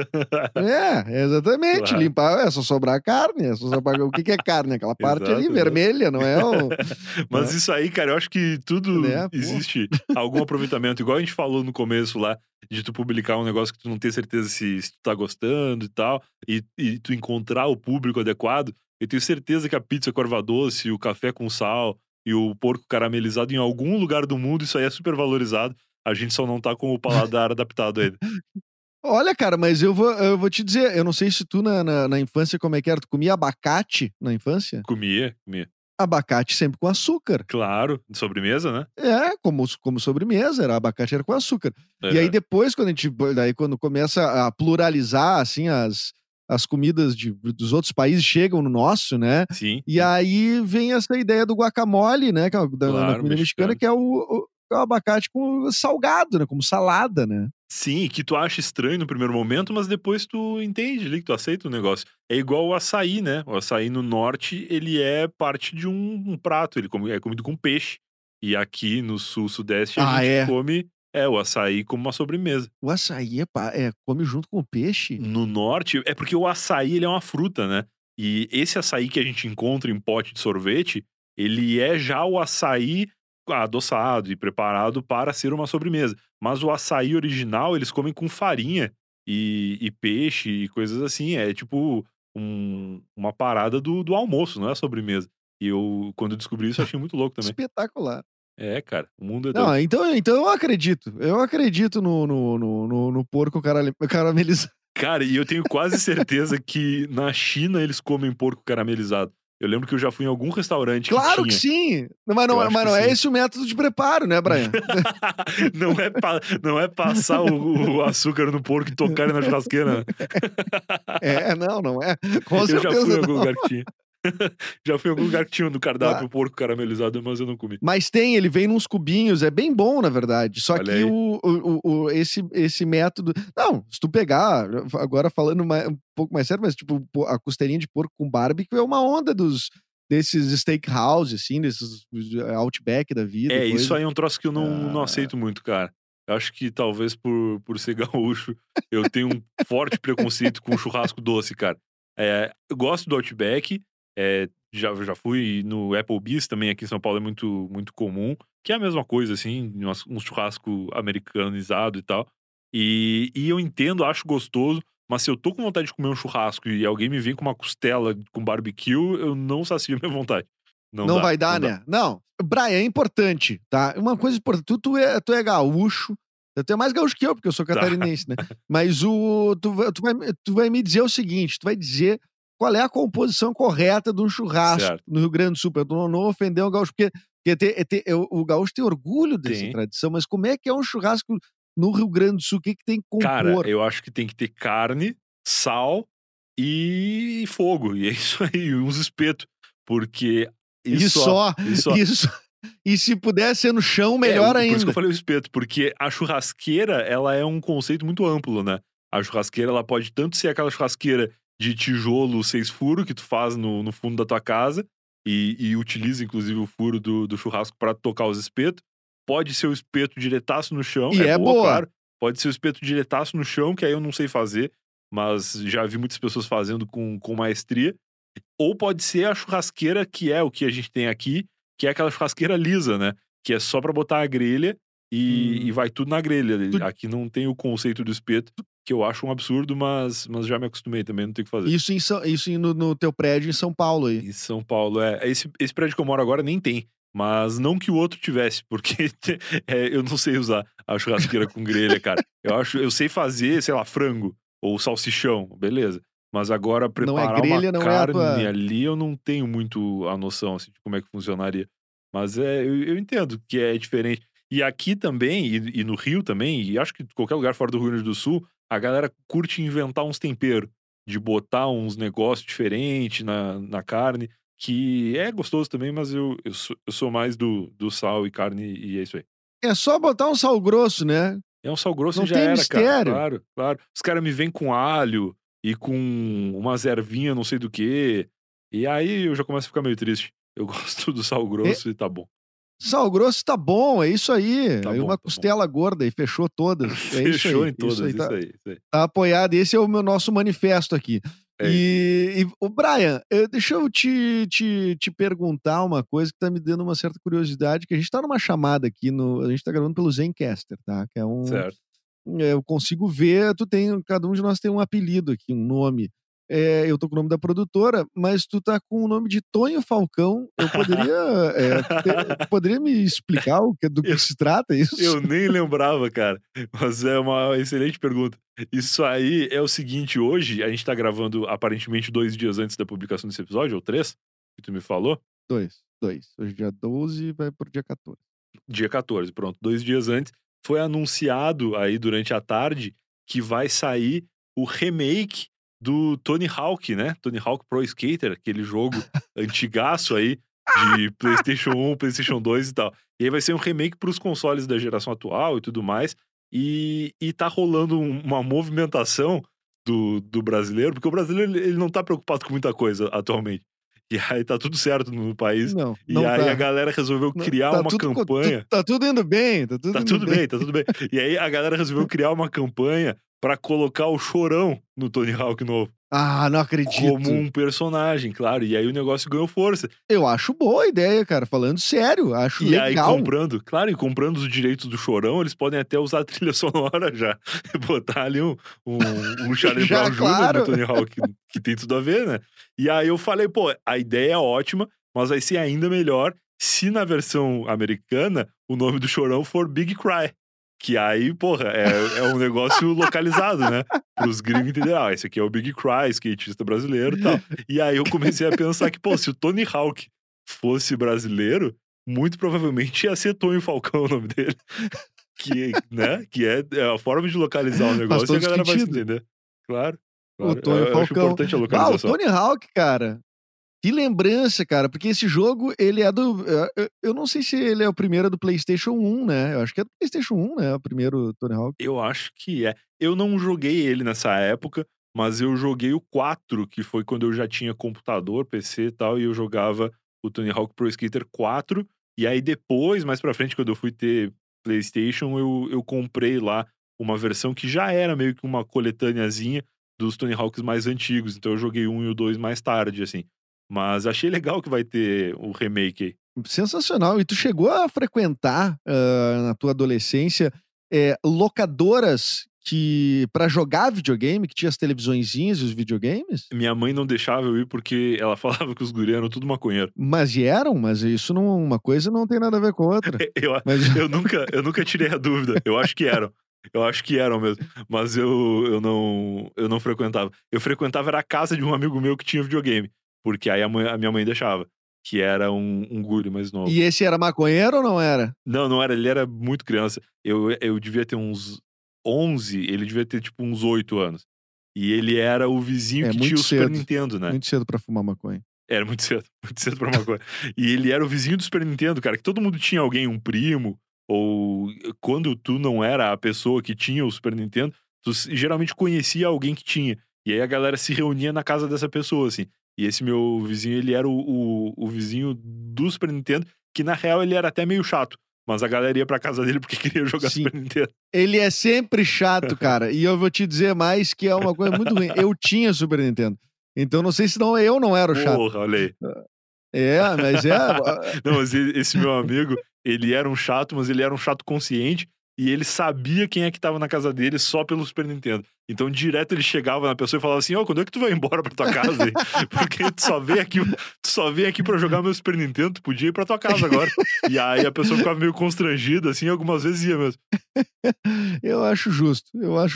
Exatamente. Claro. Limpar, é só sobrar carne. É só sobrar... O que é carne? Aquela parte Exato, ali, exato. vermelha, não é o... Mas isso aí, cara, eu acho que tudo Né, pô. existe algum aproveitamento. Igual a gente falou no começo lá, de tu publicar um negócio que tu não tem certeza se tu tá gostando e tal, e tu encontrar o público adequado. Eu tenho certeza que a pizza com erva doce, o café com sal e o porco caramelizado, em algum lugar do mundo, isso aí é super valorizado. A gente só não tá com o paladar adaptado ainda. Olha, cara, mas eu vou te dizer, eu não sei se tu na infância como é que era, tu comia abacate na infância? Comia. Abacate sempre com açúcar. Claro, de sobremesa, né? Como sobremesa, abacate era com açúcar. E aí depois, quando começa a pluralizar, assim, as comidas dos outros países chegam no nosso, né? Sim. E aí vem essa ideia do guacamole, né? Que é na Claro, comida mexicana, que é o abacate com salgado, né? Como salada, né? Sim, que tu acha estranho no primeiro momento, mas depois tu entende ali, que tu aceita o negócio. É igual o açaí, né? O açaí no norte, ele é parte de um prato, ele é comido com peixe. E aqui no sul, sudeste, a gente come o açaí como uma sobremesa. O açaí come junto com o peixe? No norte, é porque o açaí, ele é uma fruta, né? E esse açaí que a gente encontra em pote de sorvete, ele é já o açaí adoçado e preparado para ser uma sobremesa. Mas o açaí original, eles comem com farinha e peixe e coisas assim. É tipo uma parada do almoço, não é a sobremesa. E eu, quando eu descobri isso, eu achei muito louco também. Espetacular. É, cara, o mundo é Não, doido. então eu acredito. Eu acredito no porco caramelizado. Cara, e eu tenho quase certeza que na China eles comem porco caramelizado. Eu lembro que eu já fui em algum restaurante Claro que que tinha. sim! Mas Eu não, acho mas que não é sim. esse o método de preparo, né, Brian? Não é passar o açúcar no porco e tocar ele na churrasqueira, né? Não é. Com Eu já fui certeza em algum não. lugar que tinha. Já fui em algum lugar que tinha no cardápio Claro. porco caramelizado, mas eu não comi. Mas ele vem nos cubinhos, é bem bom, na verdade. Só Olha que aí. esse método. Não, se tu pegar, agora falando um pouco mais sério, mas tipo, a costelinha de porco com barbecue é uma onda desses steakhouse, assim, desses Outback da vida. É, e isso coisa. aí é um troço que eu não Ah, aceito muito, cara. Eu acho que talvez por ser gaúcho, eu tenho um forte preconceito com churrasco doce, cara. Eu gosto do Outback, já fui no Applebee's também, aqui em São Paulo é muito, muito comum, que é a mesma coisa, assim, um churrasco americanizado e tal. E eu entendo, acho gostoso, mas se eu tô com vontade de comer um churrasco e alguém me vem com uma costela com barbecue, eu não sacio a minha vontade. Não não dá, vai dar, não dá. né? Não. Brian, é importante, tá? Uma coisa importante. Tu é gaúcho. Tu é mais gaúcho que eu, porque eu sou catarinense, né? Mas tu vai me dizer o seguinte: tu vai dizer qual é a composição correta de um churrasco Certo. no Rio Grande do Sul, pra tu não ofender o gaúcho, porque o gaúcho tem orgulho dessa Tem. tradição, mas como é que é um churrasco no Rio Grande do Sul? O que tem que Cara, compor? eu acho que tem que ter carne, sal e fogo. E é isso aí, uns espetos. Porque E só. Isso. E se puder ser no chão, melhor Por isso que ainda. eu falei o espeto, porque a churrasqueira, ela é um conceito muito amplo, né? A churrasqueira, ela pode tanto ser aquela churrasqueira de tijolo 6 furos que tu faz no fundo da tua casa e utiliza, inclusive, o furo do churrasco pra tocar os espetos. Pode ser o espeto diretaço no chão, E é boa. claro. Pode ser o espeto diretaço no chão, que aí eu não sei fazer, mas já vi muitas pessoas fazendo com maestria. Ou pode ser a churrasqueira, que é o que a gente tem aqui, que é aquela churrasqueira lisa, né? Que é só pra botar a grelha e vai tudo na grelha. Aqui não tem o conceito do espeto, que eu acho um absurdo, mas já me acostumei também, não tem o que fazer. Isso no teu prédio em São Paulo aí. Em São Paulo, esse prédio que eu moro agora nem tem. Mas não que o outro tivesse, porque eu não sei usar a churrasqueira com grelha, cara. Eu sei fazer, sei lá, frango ou salsichão, beleza. Mas agora preparar grelha, uma não é a carne tua- ali, eu não tenho muito a noção assim, de como é que funcionaria. Mas eu entendo que é diferente. E aqui também, e no Rio também, e acho que qualquer lugar fora do Rio Grande do Sul, a galera curte inventar uns temperos, de botar uns negócios diferentes na carne, que é gostoso também, mas eu sou mais do sal e carne, e é isso aí. É só botar um sal grosso, né? É um sal grosso Não e já tem era, mistério. cara. Claro, claro. Os caras me vêm com alho e com umas ervinhas não sei do que. E aí eu já começo a ficar meio triste. Eu gosto do sal grosso e tá bom. Sal grosso tá bom, é isso aí. Tá Aí bom, uma tá bom. costela gorda e fechou todas. É isso Fechou aí. em todas, isso aí, isso aí. tá apoiado. Esse é o nosso manifesto aqui. É E o Brian, deixa eu te perguntar uma coisa que tá me dando uma certa curiosidade, que a gente tá numa chamada aqui, a gente tá gravando pelo Zencaster, tá? Que é Certo. eu consigo ver, cada um de nós tem um apelido aqui, um nome. Eu tô com o nome da produtora, mas tu tá com o nome de Tonho Falcão. Eu poderia, tu poderia me explicar do que se trata isso? Eu nem lembrava, cara. Mas é uma excelente pergunta. Isso aí é o seguinte, hoje a gente tá gravando aparentemente 2 dias antes da publicação desse episódio, ou 3, que tu me falou. 2. Hoje é dia 12, vai pro dia 14. Dia 14, pronto. 2 dias antes, foi anunciado aí durante a tarde que vai sair o remake do Tony Hawk, né? Tony Hawk Pro Skater, aquele jogo antigaço aí de PlayStation 1, PlayStation 2 e tal. E aí vai ser um remake pros consoles da geração atual e tudo mais. E tá rolando uma movimentação do brasileiro, porque o brasileiro ele não tá preocupado com muita coisa atualmente. E aí tá tudo certo no país. Não E aí tá. a galera resolveu criar Tá uma tudo campanha. tá tudo indo bem, tá tudo bem. Tá tudo bem. E aí a galera resolveu criar uma campanha pra colocar o Chorão no Tony Hawk novo. Ah, não acredito. como um personagem, claro. E aí o negócio ganhou força. Eu acho boa a ideia, cara. Falando sério, acho E aí legal. comprando os direitos do Chorão, eles podem até usar a trilha sonora já. Botar ali um Charlie Já, Brown Jr. claro. do Tony Hawk, que tem tudo a ver, né? E aí eu falei, pô, a ideia é ótima, mas vai ser ainda melhor se na versão americana o nome do Chorão for Big Cry. Que aí, porra, é um negócio localizado, né? Pros gringos entenderem, esse aqui é o Big Cry, skatista brasileiro e tal. E aí eu comecei a pensar que, pô, se o Tony Hawk fosse brasileiro, muito provavelmente ia ser Tonho Falcão o nome dele. Né? Que é a forma de localizar o negócio e a galera vai se entender. Claro. O Tonho Eu acho Falcão. importante a O localização. Tony Hawk, cara. Que lembrança, cara, porque esse jogo, ele é do... Eu não sei se ele é o primeiro do PlayStation 1, né? Eu acho que é do PlayStation 1, né? O primeiro Tony Hawk. Eu acho que é. Eu não joguei ele nessa época, mas eu joguei o 4, que foi quando eu já tinha computador, PC e tal, e eu jogava o Tony Hawk Pro Skater 4. E aí depois, mais pra frente, quando eu fui ter PlayStation, eu comprei lá uma versão que já era meio que uma coletâneazinha dos Tony Hawks mais antigos. Então eu joguei o 1 e o 2 mais tarde, assim. Mas achei legal que vai ter o remake aí. Sensacional. E tu chegou a frequentar, na tua adolescência, locadoras pra jogar videogame, que tinha as televisõezinhas e os videogames? Minha mãe não deixava eu ir porque ela falava que os guri eram tudo maconheiro. Mas isso não, uma coisa não tem nada a ver com a outra. Mas Eu nunca tirei a dúvida. Eu acho que eram. Eu acho que eram mesmo. Mas eu não frequentava. Eu frequentava era a casa de um amigo meu que tinha videogame. Porque aí a minha mãe deixava. Que era um guri mais novo. E esse era maconheiro ou não era? Não era. Ele era muito criança. Eu devia ter uns 11, ele devia ter tipo uns 8 anos. E ele era o vizinho que muito tinha o Super cedo. Nintendo, né? Muito cedo pra fumar maconha. Era muito cedo pra maconha. E ele era o vizinho do Super Nintendo, cara, que todo mundo tinha alguém, um primo, ou quando tu não era a pessoa que tinha o Super Nintendo, tu geralmente conhecia alguém que tinha. E aí a galera se reunia na casa dessa pessoa, assim. E esse meu vizinho, ele era o vizinho do Super Nintendo, que na real ele era até meio chato. Mas a galera ia pra casa dele porque queria jogar Sim. Super Nintendo. Ele é sempre chato, cara. E eu vou te dizer mais que é uma coisa muito ruim. Eu tinha Super Nintendo. Então não sei se eu não era o chato. Porra, olha aí. Mas Não, mas esse meu amigo, ele era um chato, mas ele era um chato consciente. E ele sabia quem é que tava na casa dele só pelo Super Nintendo. Então, direto ele chegava na pessoa e falava assim, quando é que tu vai embora pra tua casa aí? Porque tu só vem aqui pra jogar meu Super Nintendo, tu podia ir pra tua casa agora. E aí a pessoa ficava meio constrangida, assim, algumas vezes ia mesmo. Eu acho justo.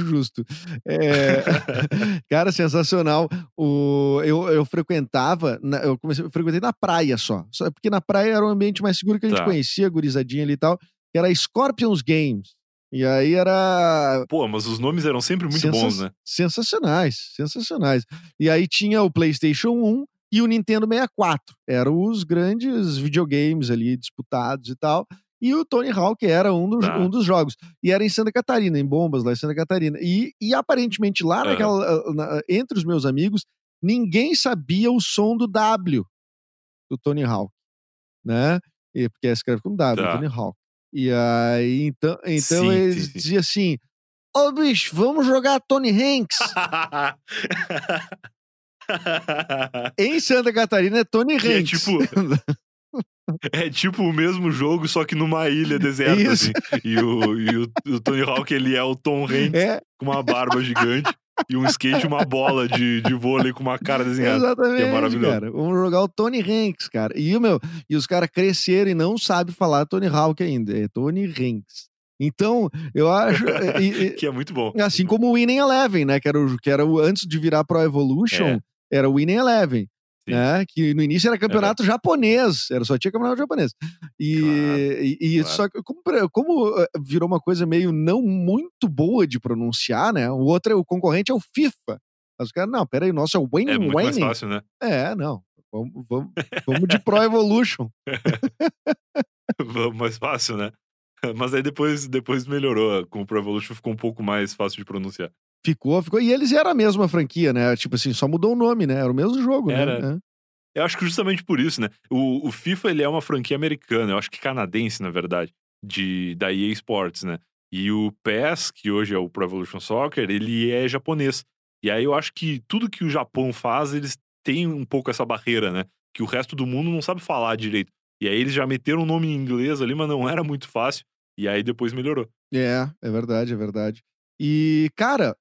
Cara, sensacional. Eu frequentava, eu frequentei na praia só porque na praia era um ambiente mais seguro que a gente conhecia, gurizadinha ali e tal, que era Scorpions Games. E aí era... Pô, mas os nomes eram sempre muito bons, né? Sensacionais. E aí tinha o PlayStation 1 e o Nintendo 64. Eram os grandes videogames ali disputados e tal. E o Tony Hawk era um dos jogos. E era em Santa Catarina, em Bombas, lá em Santa Catarina. E aparentemente lá entre os meus amigos, ninguém sabia o som do W do Tony Hawk, né? Porque escreve com W, Tony Hawk. E aí, então Sim, eles diziam assim, bicho, vamos jogar Tony Hanks. Em Santa Catarina é Tony Hanks. É tipo o mesmo jogo, só que numa ilha deserta, assim. E o Tony Hawk, ele é o Tom Hanks com uma barba gigante e um skate e uma bola de vôlei com uma cara desenhada. Exatamente, que é maravilhoso. Cara. Vamos jogar o Tony Hanks, cara. E os caras cresceram e não sabem falar Tony Hawk ainda. É Tony Hanks. Então, eu acho... que é muito bom. Assim como o Winning Eleven, né? Que era o antes de virar Pro Evolution, era o Winning Eleven. Né? Que no início era campeonato japonês, só tinha campeonato japonês. Claro. Só que como virou uma coisa meio não muito boa de pronunciar, né? O concorrente é o FIFA. Mas os caras, não, peraí, o nosso é o Winning. É muito mais fácil, né? Não. Vamos de Pro Evolution. Vamos mais fácil, né? Mas aí depois melhorou. Com o Pro Evolution ficou um pouco mais fácil de pronunciar. Ficou. E eles eram a mesma franquia, né? Tipo assim, só mudou o nome, né? Era o mesmo jogo, né? Eu acho que justamente por isso, né? O FIFA, ele é uma franquia americana. Eu acho que canadense, na verdade. Da EA Sports, né? E o PES, que hoje é o Pro Evolution Soccer, ele é japonês. E aí eu acho que tudo que o Japão faz, eles têm um pouco essa barreira, né? Que o resto do mundo não sabe falar direito. E aí eles já meteram o nome em inglês ali, mas não era muito fácil. E aí depois melhorou. É verdade, é verdade. E, cara,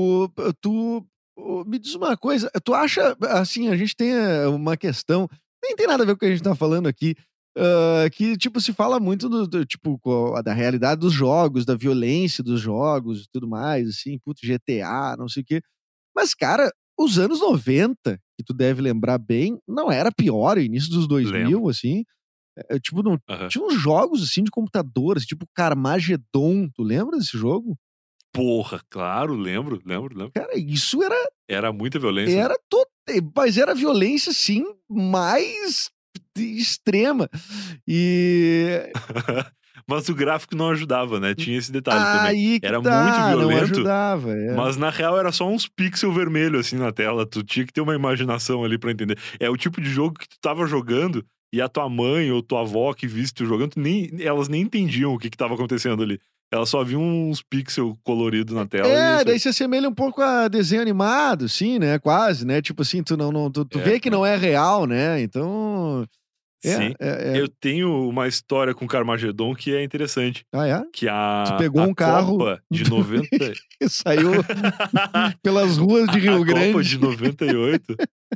me diz uma coisa, tu acha, assim, a gente tem uma questão, nem tem nada a ver com o que a gente tá falando aqui, que, tipo, se fala muito tipo, da realidade dos jogos, da violência dos jogos e tudo mais, assim, putz, GTA, não sei o quê. Mas, cara, os anos 90, que tu deve lembrar bem, não era pior, o início dos Lembro. 2000, assim, tipo, não, Aham. tinha uns jogos, assim, de computador, assim, tipo Carmageddon, tu lembra desse jogo? Porra, claro, lembro. Cara, isso era Era muita violência, né? era to mas era violência, sim, mais extrema. E Mas o gráfico não ajudava, né? Tinha esse detalhe também. aí que Era muito tá, não violento, ajudava, é. mas na real era só uns pixels vermelhos assim na tela. Tu tinha que ter uma imaginação ali pra entender. É o tipo de jogo que tu tava jogando e a tua mãe ou tua avó que visse tu jogando, elas nem entendiam o que tava acontecendo ali. Elas só viam uns pixels coloridos na tela e é isso aí. Daí se assemelha um pouco a desenho animado, sim, né, quase, né, tipo assim, tu não tu vê que não é real, né, então Sim. Eu tenho uma história com Carmageddon que é interessante. Ah, é? Que Tu a, pegou a um carro Copa de 90. e saiu pelas ruas de A Rio Copa Grande. de 98.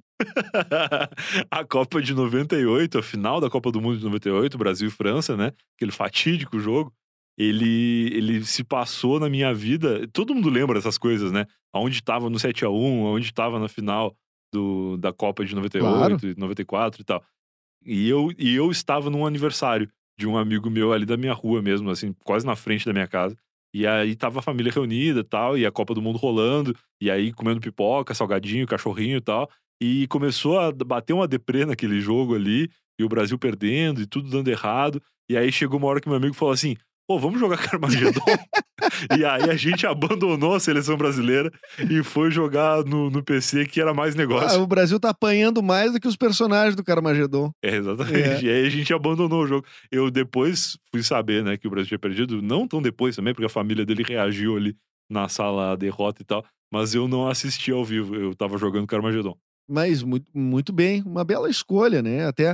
A Copa de 98, a final da Copa do Mundo de 98, Brasil e França, né? Aquele fatídico jogo. Ele se passou na minha vida. Todo mundo lembra dessas coisas, né? Aonde tava no 7-1, aonde tava na final da Copa de Claro. 98 e 94 e tal. E eu estava num aniversário de um amigo meu ali da minha rua mesmo, assim, quase na frente da minha casa. E aí tava a família reunida e tal, e a Copa do Mundo rolando, e aí comendo pipoca, salgadinho, cachorrinho e tal. E começou a bater uma deprê naquele jogo ali, e o Brasil perdendo, e tudo dando errado. E aí chegou uma hora que meu amigo falou assim: pô, vamos jogar Carmageddon? E aí a gente abandonou a seleção brasileira e foi jogar no PC, que era mais negócio. O Brasil tá apanhando mais do que os personagens do Carmageddon. Exatamente. E aí a gente abandonou o jogo. Eu depois fui saber, né, que o Brasil tinha perdido. Não tão depois também, porque a família dele reagiu ali na sala à derrota e tal. Mas eu não assisti ao vivo. Eu tava jogando Carmageddon. Mas muito bem, uma bela escolha, né, até,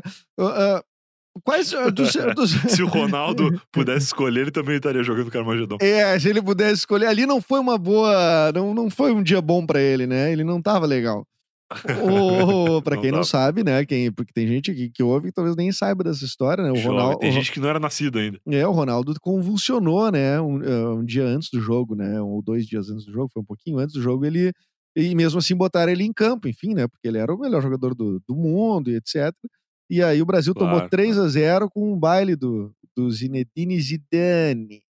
quais dos Se o Ronaldo pudesse escolher, ele também estaria jogando Carmageddon. se ele pudesse escolher, ali não foi uma boa, não foi um dia bom pra ele, né, ele não tava legal. Pra Não quem não tava. sabe, né, porque tem gente aqui que ouve que talvez nem saiba dessa história, né, Jovem. Tem gente que não era nascido ainda. o Ronaldo convulsionou, né, um dia antes do jogo, né, ou 2 dias antes do jogo, foi um pouquinho antes do jogo, e mesmo assim botaram ele em campo, enfim, né, porque ele era o melhor jogador do mundo e etc. E aí o Brasil tomou Claro, 3-0 com um baile do Zinedine Zidane.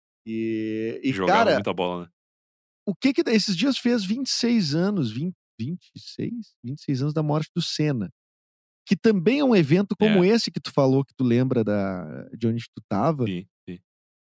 E jogava cara, muita bola, né? o que esses dias fez 26 anos, 26 anos da morte do Senna, que também é um evento como É, esse que tu falou, que tu lembra de onde tu tava. sim, sim.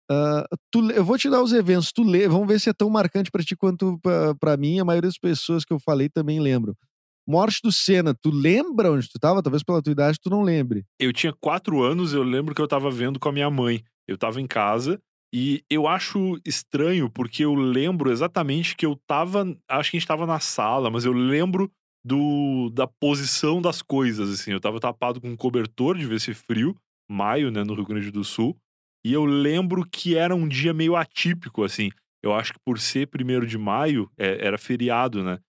Eu vou te dar os eventos, vamos ver se é tão marcante pra ti quanto pra mim, a maioria das pessoas que eu falei também lembram. Morte do Senna, tu lembra onde tu tava? Talvez pela tua idade tu não lembre. Eu tinha 4 anos, eu lembro que eu tava vendo com a minha mãe. Eu tava em casa e eu acho estranho, porque eu lembro exatamente que eu tava. Acho que a gente tava na sala, mas eu lembro da posição das coisas, assim. Eu tava tapado com um cobertor, devia ser frio, maio, né, no Rio Grande do Sul. E eu lembro que era um dia meio atípico, assim. Eu acho que por ser 1º de maio, era feriado, né?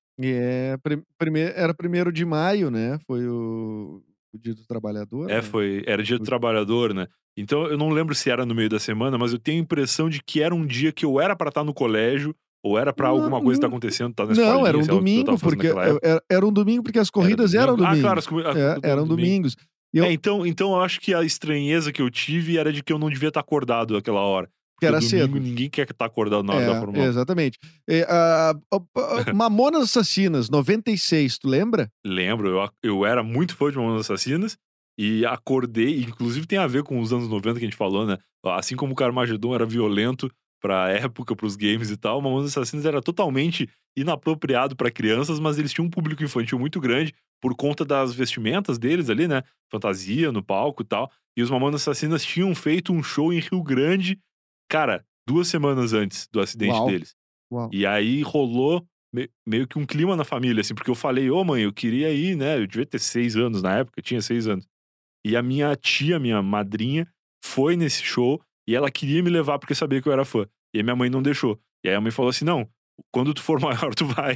Era 1º de maio, né? Foi o Dia do Trabalhador, né? Era dia do trabalhador, né. Então eu não lembro se era no meio da semana, mas eu tenho a impressão de que era um dia que eu era pra estar no colégio, ou era pra Não, alguma coisa estar acontecendo, estar na não, era escolinha, um sei lá o que eu domingo, estava fazendo porque naquela época. era um domingo, porque as Era corridas eram domingo? Ah, claro, domingos. Eram domingo. domingos. E eu, Então eu acho que a estranheza que eu tive era de que eu não devia estar acordado aquela hora. que Porque era domingo cedo. ninguém quer estar acordado na hora da Fórmula 1. Exatamente. Mamonas Assassinas, 96, tu lembra? Lembro, eu era muito fã de Mamonas Assassinas e acordei, inclusive tem a ver com os anos 90 que a gente falou, né? Assim como o Carmageddon era violento pra época, pros games e tal, Mamonas Assassinas era totalmente inapropriado pra crianças, mas eles tinham um público infantil muito grande por conta das vestimentas deles ali, né? Fantasia no palco e tal. E os Mamonas Assassinas tinham feito um show em Rio Grande, cara, 2 semanas antes do acidente Uau, deles. uau. E aí rolou meio que um clima na família, assim, porque eu falei, ô mãe, eu queria ir, né? Eu devia ter 6 anos na época, eu tinha 6 anos. E a minha tia, minha madrinha, foi nesse show e ela queria me levar porque sabia que eu era fã. E a minha mãe não deixou. E aí a mãe falou assim: não, quando tu for maior, tu vai.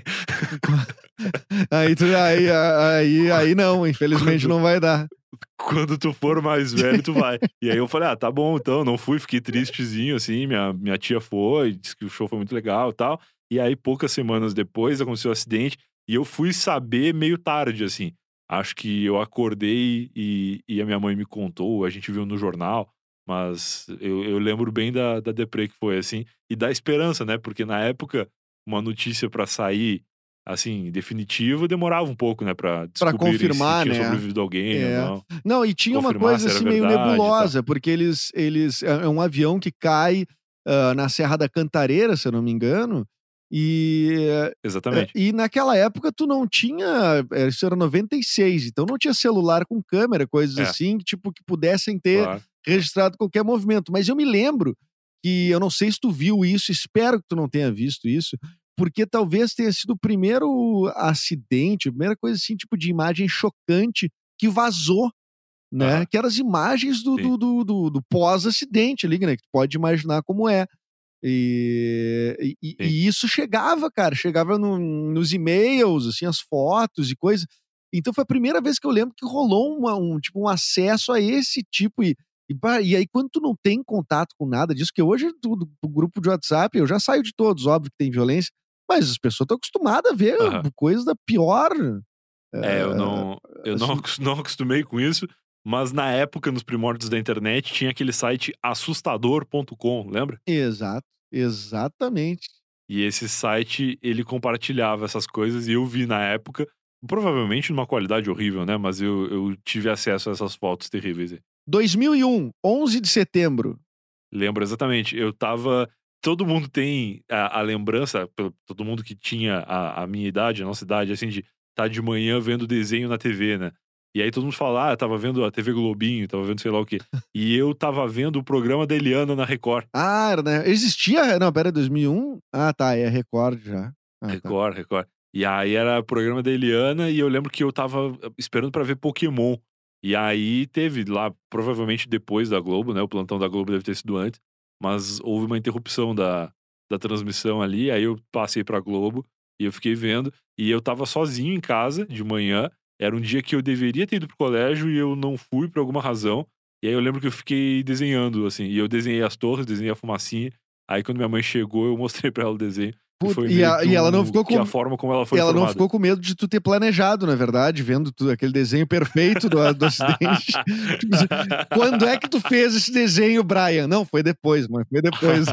Aí não, infelizmente não vai dar. Quando tu for mais velho, tu vai. E aí eu falei, tá bom, então, não fui, fiquei tristezinho, assim, minha tia foi, disse que o show foi muito legal e tal. E aí, poucas semanas depois, aconteceu o acidente, e eu fui saber meio tarde, assim. Acho que eu acordei e a minha mãe me contou, a gente viu no jornal, mas eu lembro bem da deprê que foi, assim, e da esperança, né? Porque na época, uma notícia pra sair, assim, definitiva, demorava um pouco, né? Pra Pra descobrirem se confirmar, tinha né? sobrevivido alguém ou não. Não, e tinha uma Confirmar coisa se era assim meio verdade e tal. nebulosa, porque eles é um avião que cai na Serra da Cantareira, se eu não me engano, Exatamente. e naquela época tu não tinha, isso era 96, então não tinha celular com câmera, coisas É, assim, tipo, que pudessem ter claro. registrado qualquer movimento. Mas eu me lembro que, eu não sei se tu viu isso, espero que tu não tenha visto isso, porque talvez tenha sido o primeiro acidente, a primeira coisa assim, tipo de imagem chocante que vazou, né? Aham, Que eram as imagens do, sim. do, do, do, do pós-acidente ali, né? Que tu pode imaginar como é. Sim. E isso chegava, cara, chegava nos e-mails, assim, as fotos e coisas. Então foi a primeira vez que eu lembro que rolou tipo, um acesso a esse tipo. E aí, quando tu não tem contato com nada disso, que hoje do grupo de WhatsApp, eu já saio de todos, óbvio que tem violência, mas as pessoas estão acostumadas a ver Aham. coisas da pior. É, eu eh, não eu não assim, acos não acostumei com isso, mas na época, nos primórdios da internet, tinha aquele site assustador.com, lembra? exatamente. E esse site, ele compartilhava essas coisas e eu vi na época, provavelmente numa qualidade horrível, né, mas eu tive acesso a essas fotos terríveis aí. 2001, 11 de setembro. Lembro exatamente, eu estava todo mundo tem a lembrança, todo mundo que tinha a minha idade, a nossa idade, assim, de estar de manhã vendo desenho na TV, né. E aí todo mundo fala: "Ah, tava vendo a TV Globinho, tava vendo sei lá o quê". E eu tava vendo o programa da Eliana na Record. Ah, era, né? Existia? Não, pera, 2001? Ah, tá, é Record já. Ah, tá. Record, Record. E aí era programa da Eliana e eu lembro que eu estava esperando pra ver Pokémon. E aí teve lá, provavelmente depois da Globo, né, o plantão da Globo deve ter sido antes, mas houve uma interrupção da transmissão ali, aí eu passei pra Globo e eu fiquei vendo, e eu estava sozinho em casa de manhã, era um dia que eu deveria ter ido pro colégio e eu não fui por alguma razão, e aí eu lembro que eu fiquei desenhando, assim, e eu desenhei as torres, desenhei a fumacinha, aí quando minha mãe chegou eu mostrei pra ela o desenho, e Puta, foi meio e ela não ficou que a com. forma como ela foi Ela não informada. ficou com medo de tu ter planejado, na verdade, vendo aquele desenho perfeito do acidente. Tipo assim, quando é que tu fez esse desenho, Brian? Não, foi depois, mãe, foi depois.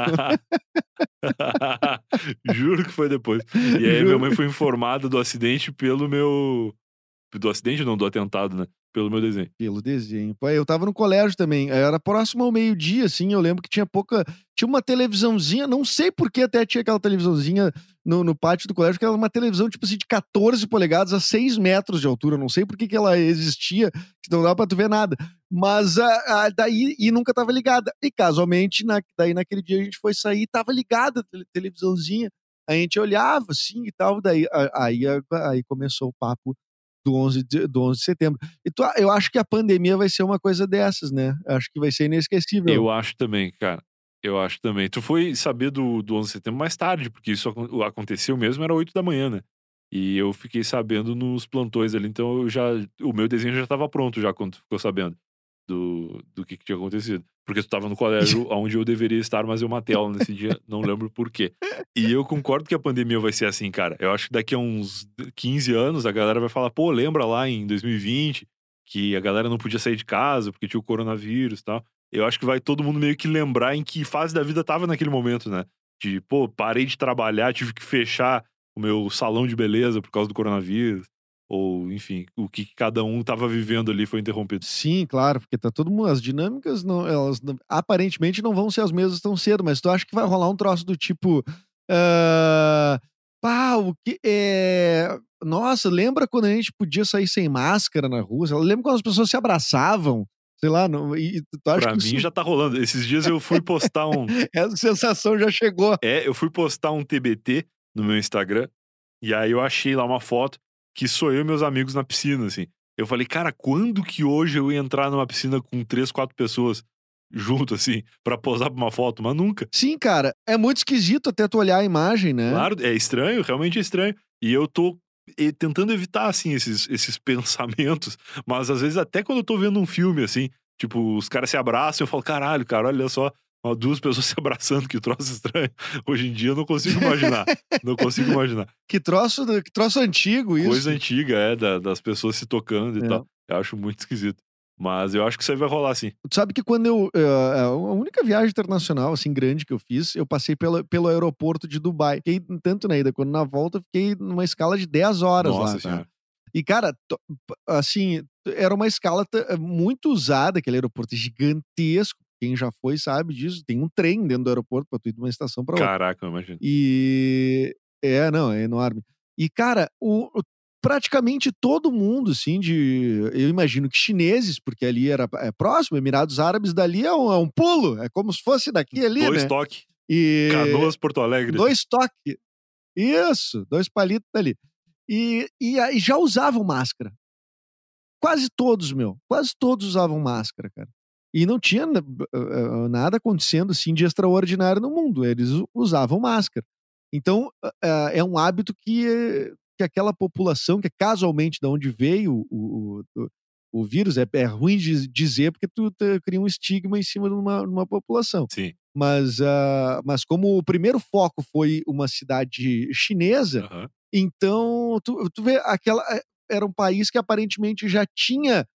Juro que foi depois. E aí minha Juro. mãe foi informada do acidente pelo meu do acidente não, do atentado, né, pelo meu desenho. Pelo desenho. Pô, eu tava no colégio também, era próximo ao meio-dia, assim, eu lembro que tinha uma televisãozinha, não sei por que até tinha aquela televisãozinha no pátio do colégio, que era uma televisão, tipo assim, de 14 polegadas a 6 metros de altura, não sei por que ela existia, que não dava pra tu ver nada, mas daí, e nunca tava ligada, e casualmente, daí naquele dia a gente foi sair, tava ligada a televisãozinha, a gente olhava, assim, e tal, daí aí começou o papo do 11 de setembro. Eu acho que a pandemia vai ser uma coisa dessas, né? Eu acho que vai ser inesquecível. Eu acho também, cara. Eu acho também. Tu foi saber do 11 de setembro mais tarde, porque isso aconteceu mesmo, era 8 da manhã, né. E eu fiquei sabendo nos plantões ali, então o meu desenho já estava pronto já quando tu ficou sabendo do que tinha acontecido. Porque tu estava no colégio onde eu deveria estar, mas eu matei aula nesse dia, não lembro por quê. E eu concordo que a pandemia vai ser assim, cara. Eu acho que daqui a uns 15 anos a galera vai falar: "Pô, lembra lá em 2020 que a galera não podia sair de casa porque tinha o coronavírus e tal". Eu acho que vai todo mundo meio que lembrar em que fase da vida tava naquele momento, né. De: "Pô, parei de trabalhar, tive que fechar o meu salão de beleza por causa do coronavírus". Ou, enfim, o que cada um tava vivendo ali foi interrompido. Sim, claro, porque tá todo mundo. As dinâmicas, não, elas aparentemente não vão ser as mesmas tão cedo, mas tu acha que vai rolar um troço do tipo. ah, Pá, o que é. Nossa, lembra quando a gente podia sair sem máscara na rua? Lembra quando as pessoas se abraçavam? Sei lá, e tu acha Pra que mim isso. já tá rolando. Esses dias eu fui postar um Essa sensação já chegou. eu fui postar um TBT no meu Instagram, E aí eu achei lá uma foto que sou eu e meus amigos na piscina, assim. Eu falei, cara, quando que hoje eu ia entrar numa piscina com 3, 4 pessoas junto, assim, pra posar pra uma foto? Mas nunca. Sim, cara, é muito esquisito até tu olhar a imagem, né? Claro, é estranho, realmente é estranho. E eu tô tentando evitar, assim, esses pensamentos. Mas às vezes até quando eu tô vendo um filme, assim, tipo, os caras se abraçam, eu falo, caralho, cara, olha só, ó, 2 pessoas se abraçando, que troço estranho. Hoje em dia eu não consigo imaginar. Não consigo imaginar. Que troço antigo isso. Coisa antiga, das pessoas se tocando e É. tal. Eu acho muito esquisito. Mas eu acho que isso aí vai rolar, sim. Tu sabe que quando a única viagem internacional, assim, grande que eu fiz, eu passei pelo aeroporto de Dubai. Fiquei tanto na ida quanto na volta, fiquei numa escala de 10 horas Nossa lá, senhora. tá? E, cara, assim, era uma escala muito usada, aquele aeroporto é gigantesco. Quem já foi sabe disso. Tem um trem dentro do aeroporto pra tu ir de uma estação pra outra. Caraca, eu imagino. E... não, é enorme. E, cara, praticamente todo mundo, assim, eu imagino que chineses, porque ali é próximo, Emirados Árabes, dali é um pulo, é como se fosse daqui ali, 2 né? toques. E Canoas, Porto Alegre. 2 toques. Isso, 2 palitos dali. E aí já usavam máscara. Quase todos, quase todos usavam máscara, cara. E não tinha nada acontecendo, assim, de extraordinário no mundo. Eles usavam máscara. Então, é um hábito que aquela população, que é casualmente de onde veio o vírus, é ruim de dizer porque tu cria um estigma em cima de uma população. Sim. Mas como o primeiro foco foi uma cidade chinesa, Aham. então tu vê, era um país que aparentemente já tinha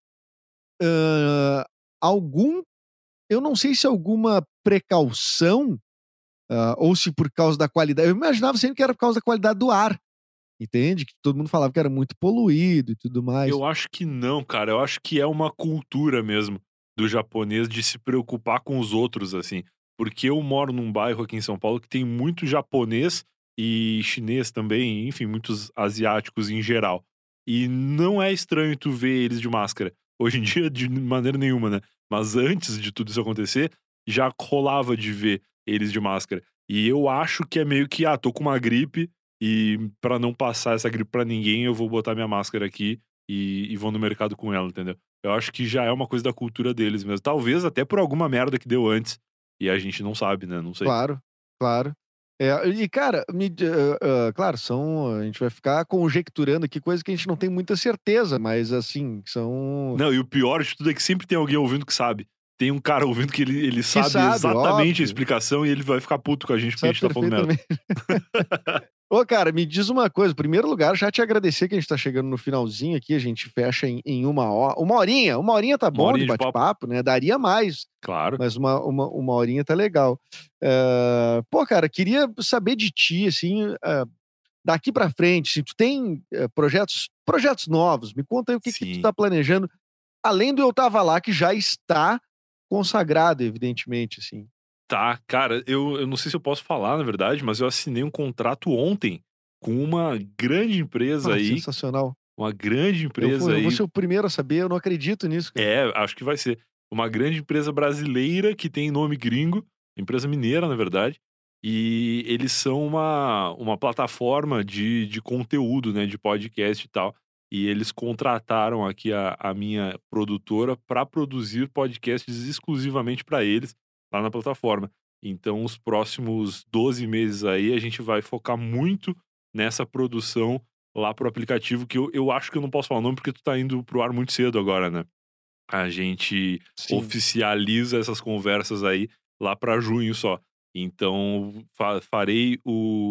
algum, eu não sei se alguma precaução, ou se por causa da qualidade. Eu imaginava sempre que era por causa da qualidade do ar, entende? Que todo mundo falava que era muito poluído e tudo mais. Eu acho que não, cara. Eu acho que é uma cultura mesmo do japonês de se preocupar com os outros, assim. Porque eu moro num bairro aqui em São Paulo que tem muito japonês e chinês também, enfim, muitos asiáticos em geral. E não é estranho tu ver eles de máscara. Hoje em dia, de maneira nenhuma, né? Mas antes de tudo isso acontecer, já rolava de ver eles de máscara. E eu acho que é meio que, tô com uma gripe e pra não passar essa gripe pra ninguém, eu vou botar minha máscara aqui e vou no mercado com ela, entendeu? Eu acho que já é uma coisa da cultura deles mesmo. Talvez até por alguma merda que deu antes. E a gente não sabe, né? Não sei. Claro, claro. E, cara, claro, a gente vai ficar conjecturando aqui coisas que a gente não tem muita certeza, mas, assim, são... Não, e o pior de tudo é que sempre tem alguém ouvindo que sabe. Tem um cara ouvindo que ele sabe sabe, exatamente óbvio. a explicação e ele vai ficar puto com a gente porque a Sabe gente tá falando merda. perfeitamente. Ô, cara, me diz uma coisa. Em primeiro lugar, já te agradecer que a gente tá chegando no finalzinho aqui. A gente fecha em 1 hora. Uma horinha. Uma horinha tá bom horinha de de bate-papo, né? Daria mais, Claro. mas uma horinha tá legal. Pô, cara, queria saber de ti, assim, daqui pra frente, se tu tem projetos novos, me conta aí o que tu Sim. tá planejando, além do Eu Tava Lá, que já está consagrado, evidentemente, assim. Tá, cara, eu não sei se eu posso falar, na verdade, mas eu assinei um contrato ontem com uma grande empresa aí. Sensacional. Uma grande empresa Eu vou aí. ser o primeiro a saber, eu não acredito nisso, cara. Acho que vai ser. Uma grande empresa brasileira que tem nome gringo, empresa mineira, na verdade. E eles são uma plataforma de conteúdo, né, de podcast e tal. E eles contrataram aqui a minha produtora para produzir podcasts exclusivamente para eles lá na plataforma. Então, os próximos 12 meses aí, a gente vai focar muito nessa produção lá pro aplicativo, que eu acho que eu não posso falar o nome porque tu tá indo pro ar muito cedo agora, né? A gente Sim. oficializa essas conversas aí lá pra junho só. Então, farei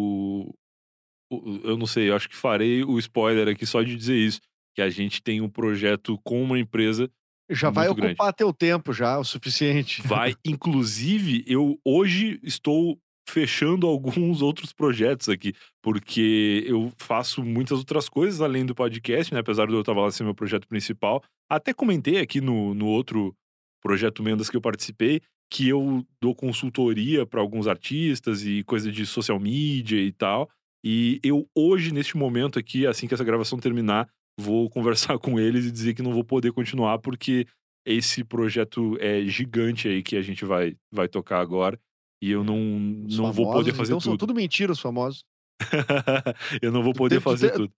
eu não sei, eu acho que farei o spoiler aqui só de dizer isso, que a gente tem um projeto com uma empresa Já vai muito grande. ocupar teu tempo já, o suficiente. Vai, inclusive, eu hoje estou fechando alguns outros projetos aqui, porque eu faço muitas outras coisas além do podcast, né? Apesar do Eu Tava Lá ser meu projeto principal. Até comentei aqui no outro projeto Mendas que eu participei, que eu dou consultoria para alguns artistas e coisa de social media e tal. E eu hoje, neste momento aqui, assim que essa gravação terminar, vou conversar com eles e dizer que não vou poder continuar, porque esse projeto é gigante aí que a gente vai tocar agora. E eu não vou poder fazer então tudo. são tudo mentira, os famosos. Eu não vou poder fazer tudo.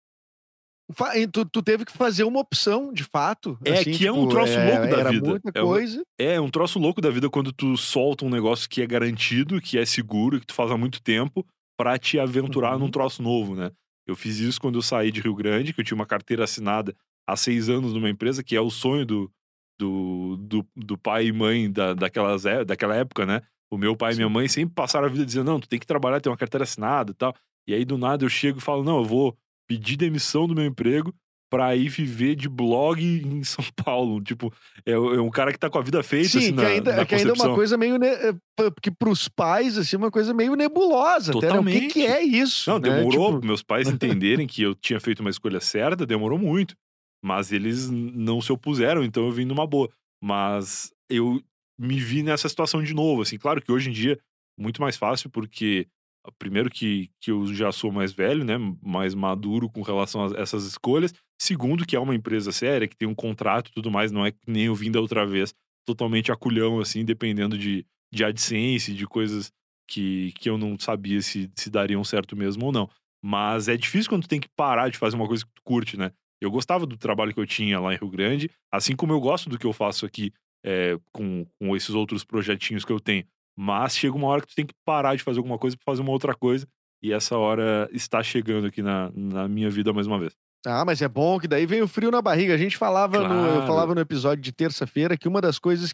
Tu teve que fazer uma opção, de fato. Assim, Que é um troço louco da era vida. muita coisa. É um troço louco da vida quando tu solta um negócio que é garantido, que é seguro, que tu faz há muito tempo, pra te aventurar num troço novo, né? Eu fiz isso quando eu saí de Rio Grande, que eu tinha uma carteira assinada há 6 anos numa empresa, que é o sonho do pai e mãe daquela época, né? O meu pai e minha mãe sempre passaram a vida dizendo, não, tu tem que trabalhar, tem uma carteira assinada e tal. E aí, do nada, eu chego e falo, não, eu vou pedir demissão do meu emprego pra ir viver de blog em São Paulo. Tipo, é um cara que tá com a vida feita, assim, que ainda é uma coisa meio... que pros pais, assim, uma coisa meio nebulosa. Totalmente. Até, né? O que é isso? Não, né? demorou. Tipo... Meus pais entenderem que eu tinha feito uma escolha certa, demorou muito. Mas eles não se opuseram, então eu vim numa boa. Mas eu me vi nessa situação de novo, assim. Claro que hoje em dia, muito mais fácil, porque... Primeiro que eu já sou mais velho, né? Mais maduro com relação a essas escolhas. Segundo, que é uma empresa séria, que tem um contrato e tudo mais. Não é que nem eu vim da outra vez, totalmente a culhão, assim, dependendo de AdSense, de coisas que eu não sabia se dariam certo mesmo ou não. Mas é difícil quando tu tem que parar de fazer uma coisa que tu curte, né? Eu gostava do trabalho que eu tinha lá em Rio Grande, assim como eu gosto do que eu faço aqui com esses outros projetinhos que eu tenho. Mas chega uma hora que tu tem que parar de fazer alguma coisa pra fazer uma outra coisa. E essa hora está chegando aqui na minha vida mais uma vez. Ah, mas é bom que daí vem o frio na barriga. A gente falava eu falava Claro. no episódio de terça-feira que uma das coisas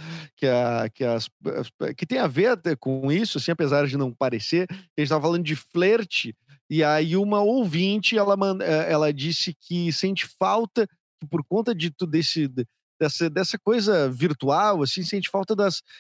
que tem a ver até com isso, assim, apesar de não parecer, a gente tava falando de flerte, e aí uma ouvinte, ela disse que sente falta, que por conta de dessa coisa virtual, assim, sente falta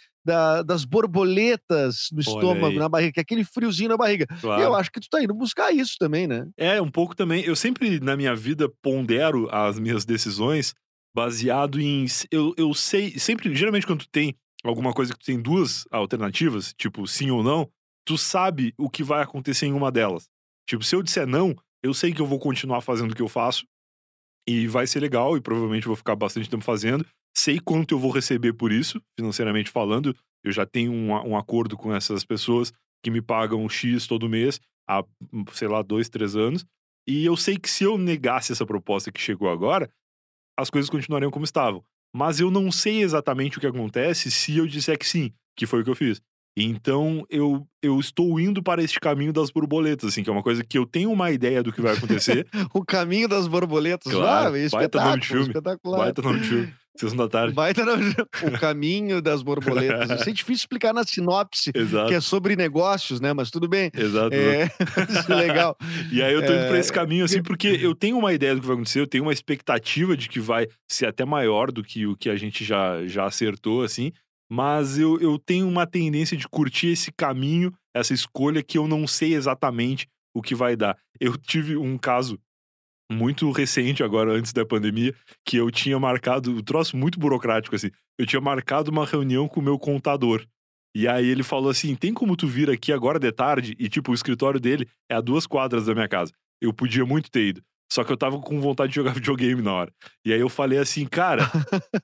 das borboletas no Olha estômago, aí. na barriga, que é aquele friozinho na barriga. E eu Claro. acho que tu tá indo buscar isso também, né? Um pouco também. Eu sempre, na minha vida, pondero as minhas decisões baseado em... Eu sei... Sempre, geralmente, quando tu tem alguma coisa que tu tem duas alternativas, tipo sim ou não, tu sabe o que vai acontecer em uma delas. Tipo, se eu disser não, eu sei que eu vou continuar fazendo o que eu faço e vai ser legal e provavelmente vou ficar bastante tempo fazendo. Sei quanto eu vou receber por isso, financeiramente falando. Eu já tenho um acordo com essas pessoas que me pagam X todo mês há, sei lá, 2, 3 anos. E eu sei que se eu negasse essa proposta que chegou agora, as coisas continuariam como estavam. Mas eu não sei exatamente o que acontece se eu disser que sim, que foi o que eu fiz. Então, eu estou indo para este caminho das borboletas, assim, que é uma coisa que eu tenho uma ideia do que vai acontecer. O Caminho das Borboletas. Claro, baita nome de Espetáculo, filme. espetacular. Baita nome de filme. Sessão da tarde. Baita nome de... O Caminho das Borboletas. Isso é difícil explicar na sinopse, Exato. que é sobre negócios, né? Mas tudo bem. Exato. Isso é legal. E aí eu tô indo pra esse caminho, assim, porque eu tenho uma ideia do que vai acontecer, eu tenho uma expectativa de que vai ser até maior do que o que a gente já acertou, assim. Mas eu tenho uma tendência de curtir esse caminho, essa escolha que eu não sei exatamente o que vai dar. Eu tive um caso muito recente agora, antes da pandemia, que eu tinha marcado, um troço muito burocrático, assim. Eu tinha marcado uma reunião com o meu contador. E aí ele falou assim, tem como tu vir aqui agora de tarde? E tipo, o escritório dele é a 2 quadras da minha casa. Eu podia muito ter ido. Só que eu tava com vontade de jogar videogame na hora. E aí eu falei assim, cara,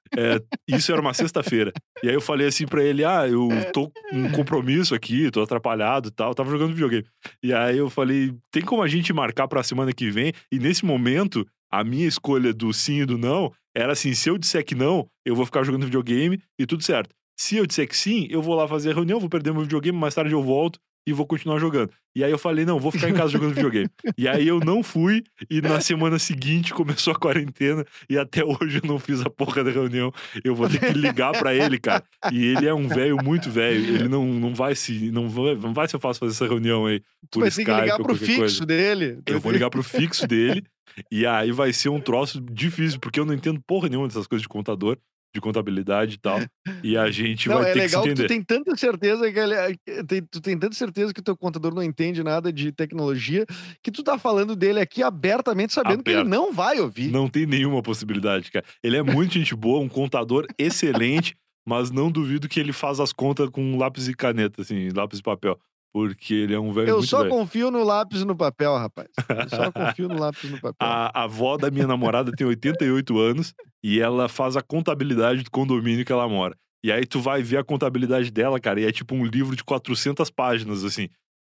isso era uma sexta-feira. E aí eu falei assim pra ele, eu tô com um compromisso aqui, tô atrapalhado e tal, tava jogando videogame. E aí eu falei, tem como a gente marcar pra semana que vem? E nesse momento, a minha escolha do sim e do não era assim, se eu disser que não, eu vou ficar jogando videogame e tudo certo. Se eu disser que sim, eu vou lá fazer a reunião, vou perder meu videogame, mais tarde eu volto e vou continuar jogando. E aí eu falei, não, vou ficar em casa jogando videogame. E aí eu não fui, e na semana seguinte começou a quarentena, e até hoje eu não fiz a porra da reunião. Eu vou ter que ligar pra ele, cara. E ele é um velho muito velho, ele não vai ser fácil fazer essa reunião aí Tu por vai Skype ter que ligar ou pro qualquer fixo coisa. dele. Eu vou ligar pro fixo dele, e aí vai ser um troço difícil, porque eu não entendo porra nenhuma dessas coisas de contador, de contabilidade e tal. E a gente vai ter que se legal que entender. tu tem tanta certeza tu tem tanta certeza que o teu contador não entende nada de tecnologia, que tu tá falando dele aqui abertamente, sabendo que ele Aberto. não vai ouvir. Não tem nenhuma possibilidade, cara. Ele é muito gente boa, um contador excelente, mas não duvido que ele faz as contas com lápis e caneta, assim, lápis e papel. Porque ele é um velho Eu muito só velho. confio no lápis e no papel, rapaz. Eu só confio no lápis e no papel. A avó da minha namorada tem 88 anos e ela faz a contabilidade do condomínio que ela mora. E aí tu vai ver a contabilidade dela, cara, e é tipo um livro de 400 páginas, assim.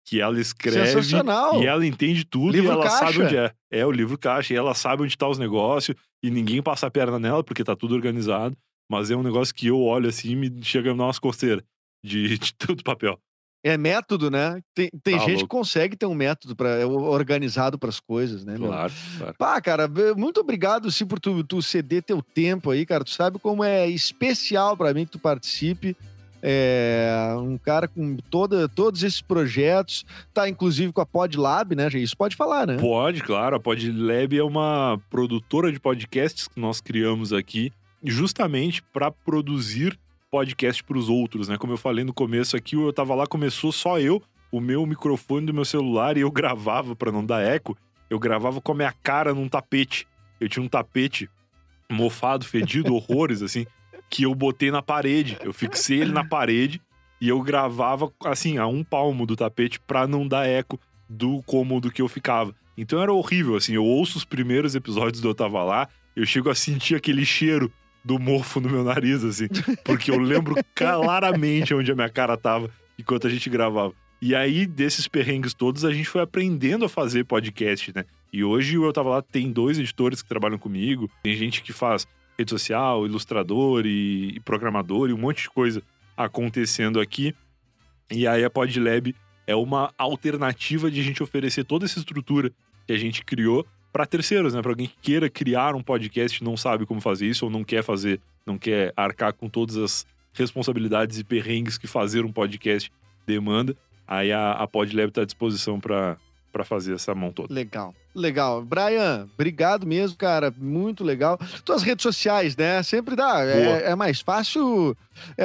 que ela escreve Sensacional. e ela entende tudo Livro e ela caixa. sabe onde é. É o livro caixa e ela sabe onde tá os negócios e ninguém passa a perna nela porque tá tudo organizado. Mas é um negócio que eu olho assim e me chega a me dar umas coceiras de tanto papel. É método, né? Tem Tá gente que louco. consegue ter um método organizado para as coisas, né, meu? Claro. Pá, cara, muito obrigado, sim, por tu ceder teu tempo aí, cara. Tu sabe como é especial pra mim que tu participe. É um cara com todos esses projetos. Tá, inclusive, com a PodLab, né? Isso pode falar, né? Pode, claro. A PodLab é uma produtora de podcasts que nós criamos aqui justamente para produzir podcast para os outros, né? Como eu falei no começo aqui, eu tava lá, começou só eu, o meu microfone do meu celular e eu gravava para não dar eco. Eu gravava com a minha cara num tapete. Eu tinha um tapete mofado, fedido, horrores, assim, que eu botei na parede. Eu fixei ele na parede e eu gravava, assim, a um palmo do tapete pra não dar eco do cômodo que eu ficava. Então era horrível, assim, eu ouço os primeiros episódios do Eu Tava Lá, eu chego a sentir aquele cheiro do mofo no meu nariz, assim, porque eu lembro claramente onde a minha cara tava enquanto a gente gravava. E aí, desses perrengues todos, a gente foi aprendendo a fazer podcast, né? E hoje o Eu Tava Lá tem 2 editores que trabalham comigo, tem gente que faz rede social, ilustrador e programador e um monte de coisa acontecendo aqui. E aí a PodLab é uma alternativa de a gente oferecer toda essa estrutura que a gente criou para terceiros, né? Para alguém que queira criar um podcast e não sabe como fazer isso ou não quer fazer, não quer arcar com todas as responsabilidades e perrengues que fazer um podcast demanda. Aí a PodLab está à disposição para fazer essa mão toda. Legal. Brian, obrigado mesmo, cara. Muito legal. Tuas redes sociais, né? Sempre dá. É mais fácil.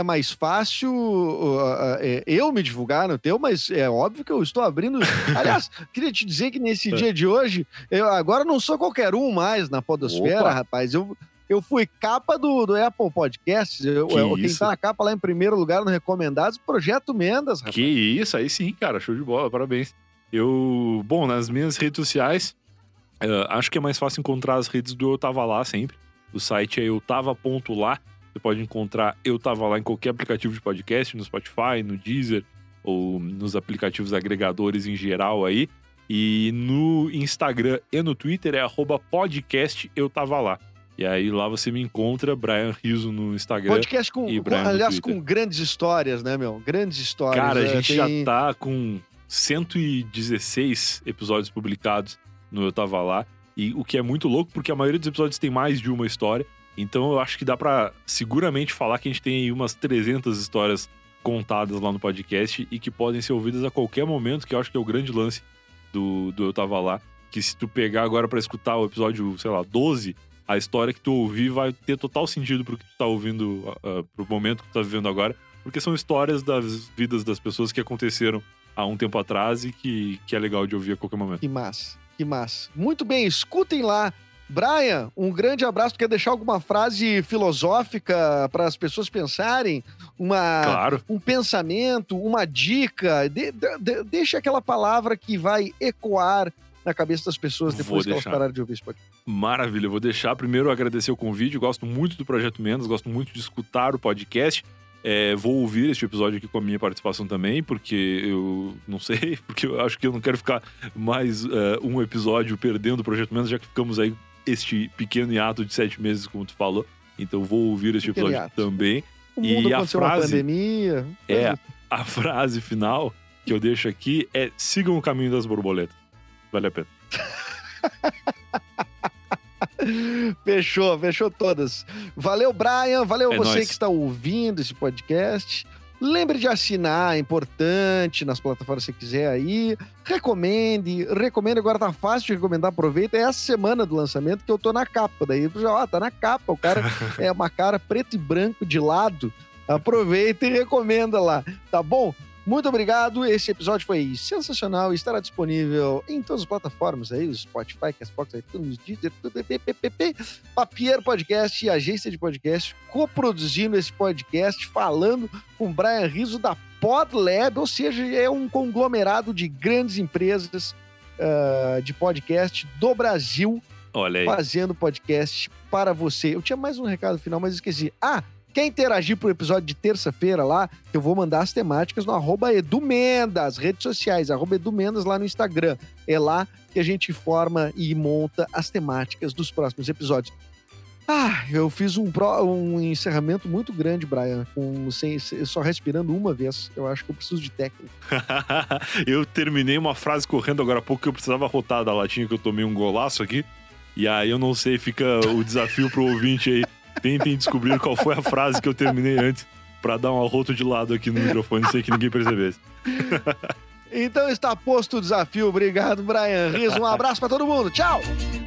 Eu me divulgar no teu, mas é óbvio que eu estou abrindo. Aliás, queria te dizer que nesse dia de hoje, eu agora não sou qualquer um mais na podosfera, Opa. rapaz. Eu fui capa do Apple Podcasts. Quem tá na capa lá em primeiro lugar no Recomendados, Projeto Mendas, rapaz. Que isso, aí sim, cara. Show de bola, parabéns. Bom, nas minhas redes sociais, acho que é mais fácil encontrar as redes do Eu Tava Lá sempre. O site é eutava.lá. Você pode encontrar Eu Tava Lá em qualquer aplicativo de podcast, no Spotify, no Deezer, ou nos aplicativos agregadores em geral aí. E no Instagram e no Twitter é @podcast Eu Tava Lá. E aí lá você me encontra, Brian Riso no Instagram. Podcast aliás, com grandes histórias, né, meu? Grandes histórias. Cara, a gente já tá com 116 episódios publicados no Eu Tava Lá. E o que é muito louco, porque a maioria dos episódios tem mais de uma história. Então eu acho que dá pra seguramente falar que a gente tem aí umas 300 histórias contadas lá no podcast e que podem ser ouvidas a qualquer momento, que eu acho que é o grande lance do Eu Tava Lá. Que se tu pegar agora pra escutar o episódio, sei lá, 12, a história que tu ouvir vai ter total sentido pro que tu tá ouvindo, pro momento que tu tá vivendo agora. Porque são histórias das vidas das pessoas que aconteceram há um tempo atrás e que é legal de ouvir a qualquer momento. Que massa. Muito bem, escutem lá. Brian, um grande abraço. Tu quer deixar alguma frase filosófica para as pessoas pensarem? Claro. Um pensamento, uma dica? Deixa aquela palavra que vai ecoar na cabeça das pessoas depois que elas pararem de ouvir esse podcast. Maravilha, eu vou deixar primeiro agradecer o convite. Gosto muito do Projeto Mendas, gosto muito de escutar o podcast. Vou ouvir este episódio aqui com a minha participação também, porque eu não sei, porque eu acho que eu não quero ficar mais um episódio perdendo o Projeto Mendas, já que ficamos aí este pequeno hiato de 7 meses, como tu falou. Então vou ouvir este episódio também. O mundo e aconteceu uma pandemia. A frase final que eu deixo aqui é: sigam o caminho das borboletas. Vale a pena. Fechou todas. Valeu, Brian. Valeu você nóis. que está ouvindo esse podcast. Lembre de assinar, é importante, nas plataformas que você quiser aí. Recomende, agora tá fácil de recomendar, aproveita. É essa semana do lançamento que eu tô na capa. Daí, tá na capa, o cara é uma cara preto e branco de lado. Aproveita e recomenda lá, tá bom? Muito obrigado, esse episódio foi sensacional, estará disponível em todas as plataformas aí, o Spotify, Castbox, iTunes, Deezer, tudo, Papier Podcast e agência de podcast, coproduzindo esse podcast, falando com Brian Riso da PodLab, ou seja, é um conglomerado de grandes empresas de podcast do Brasil, olha aí, fazendo podcast para você. Eu tinha mais um recado final, mas esqueci. Quer interagir pro episódio de terça-feira lá, eu vou mandar as temáticas no @edumendas, redes sociais, @edumendas lá no Instagram. É lá que a gente forma e monta as temáticas dos próximos episódios. Eu fiz um encerramento muito grande, Brian, só respirando uma vez. Eu acho que eu preciso de técnica. Eu terminei uma frase correndo agora há pouco que eu precisava rotar da latinha, que eu tomei um golaço aqui. E aí eu não sei, fica o desafio pro ouvinte aí. Tentem descobrir qual foi a frase que eu terminei antes pra dar um arroto de lado aqui no microfone sem que ninguém percebesse. Então está posto o desafio. Obrigado, Brian Rizzo. Um abraço pra todo mundo. Tchau!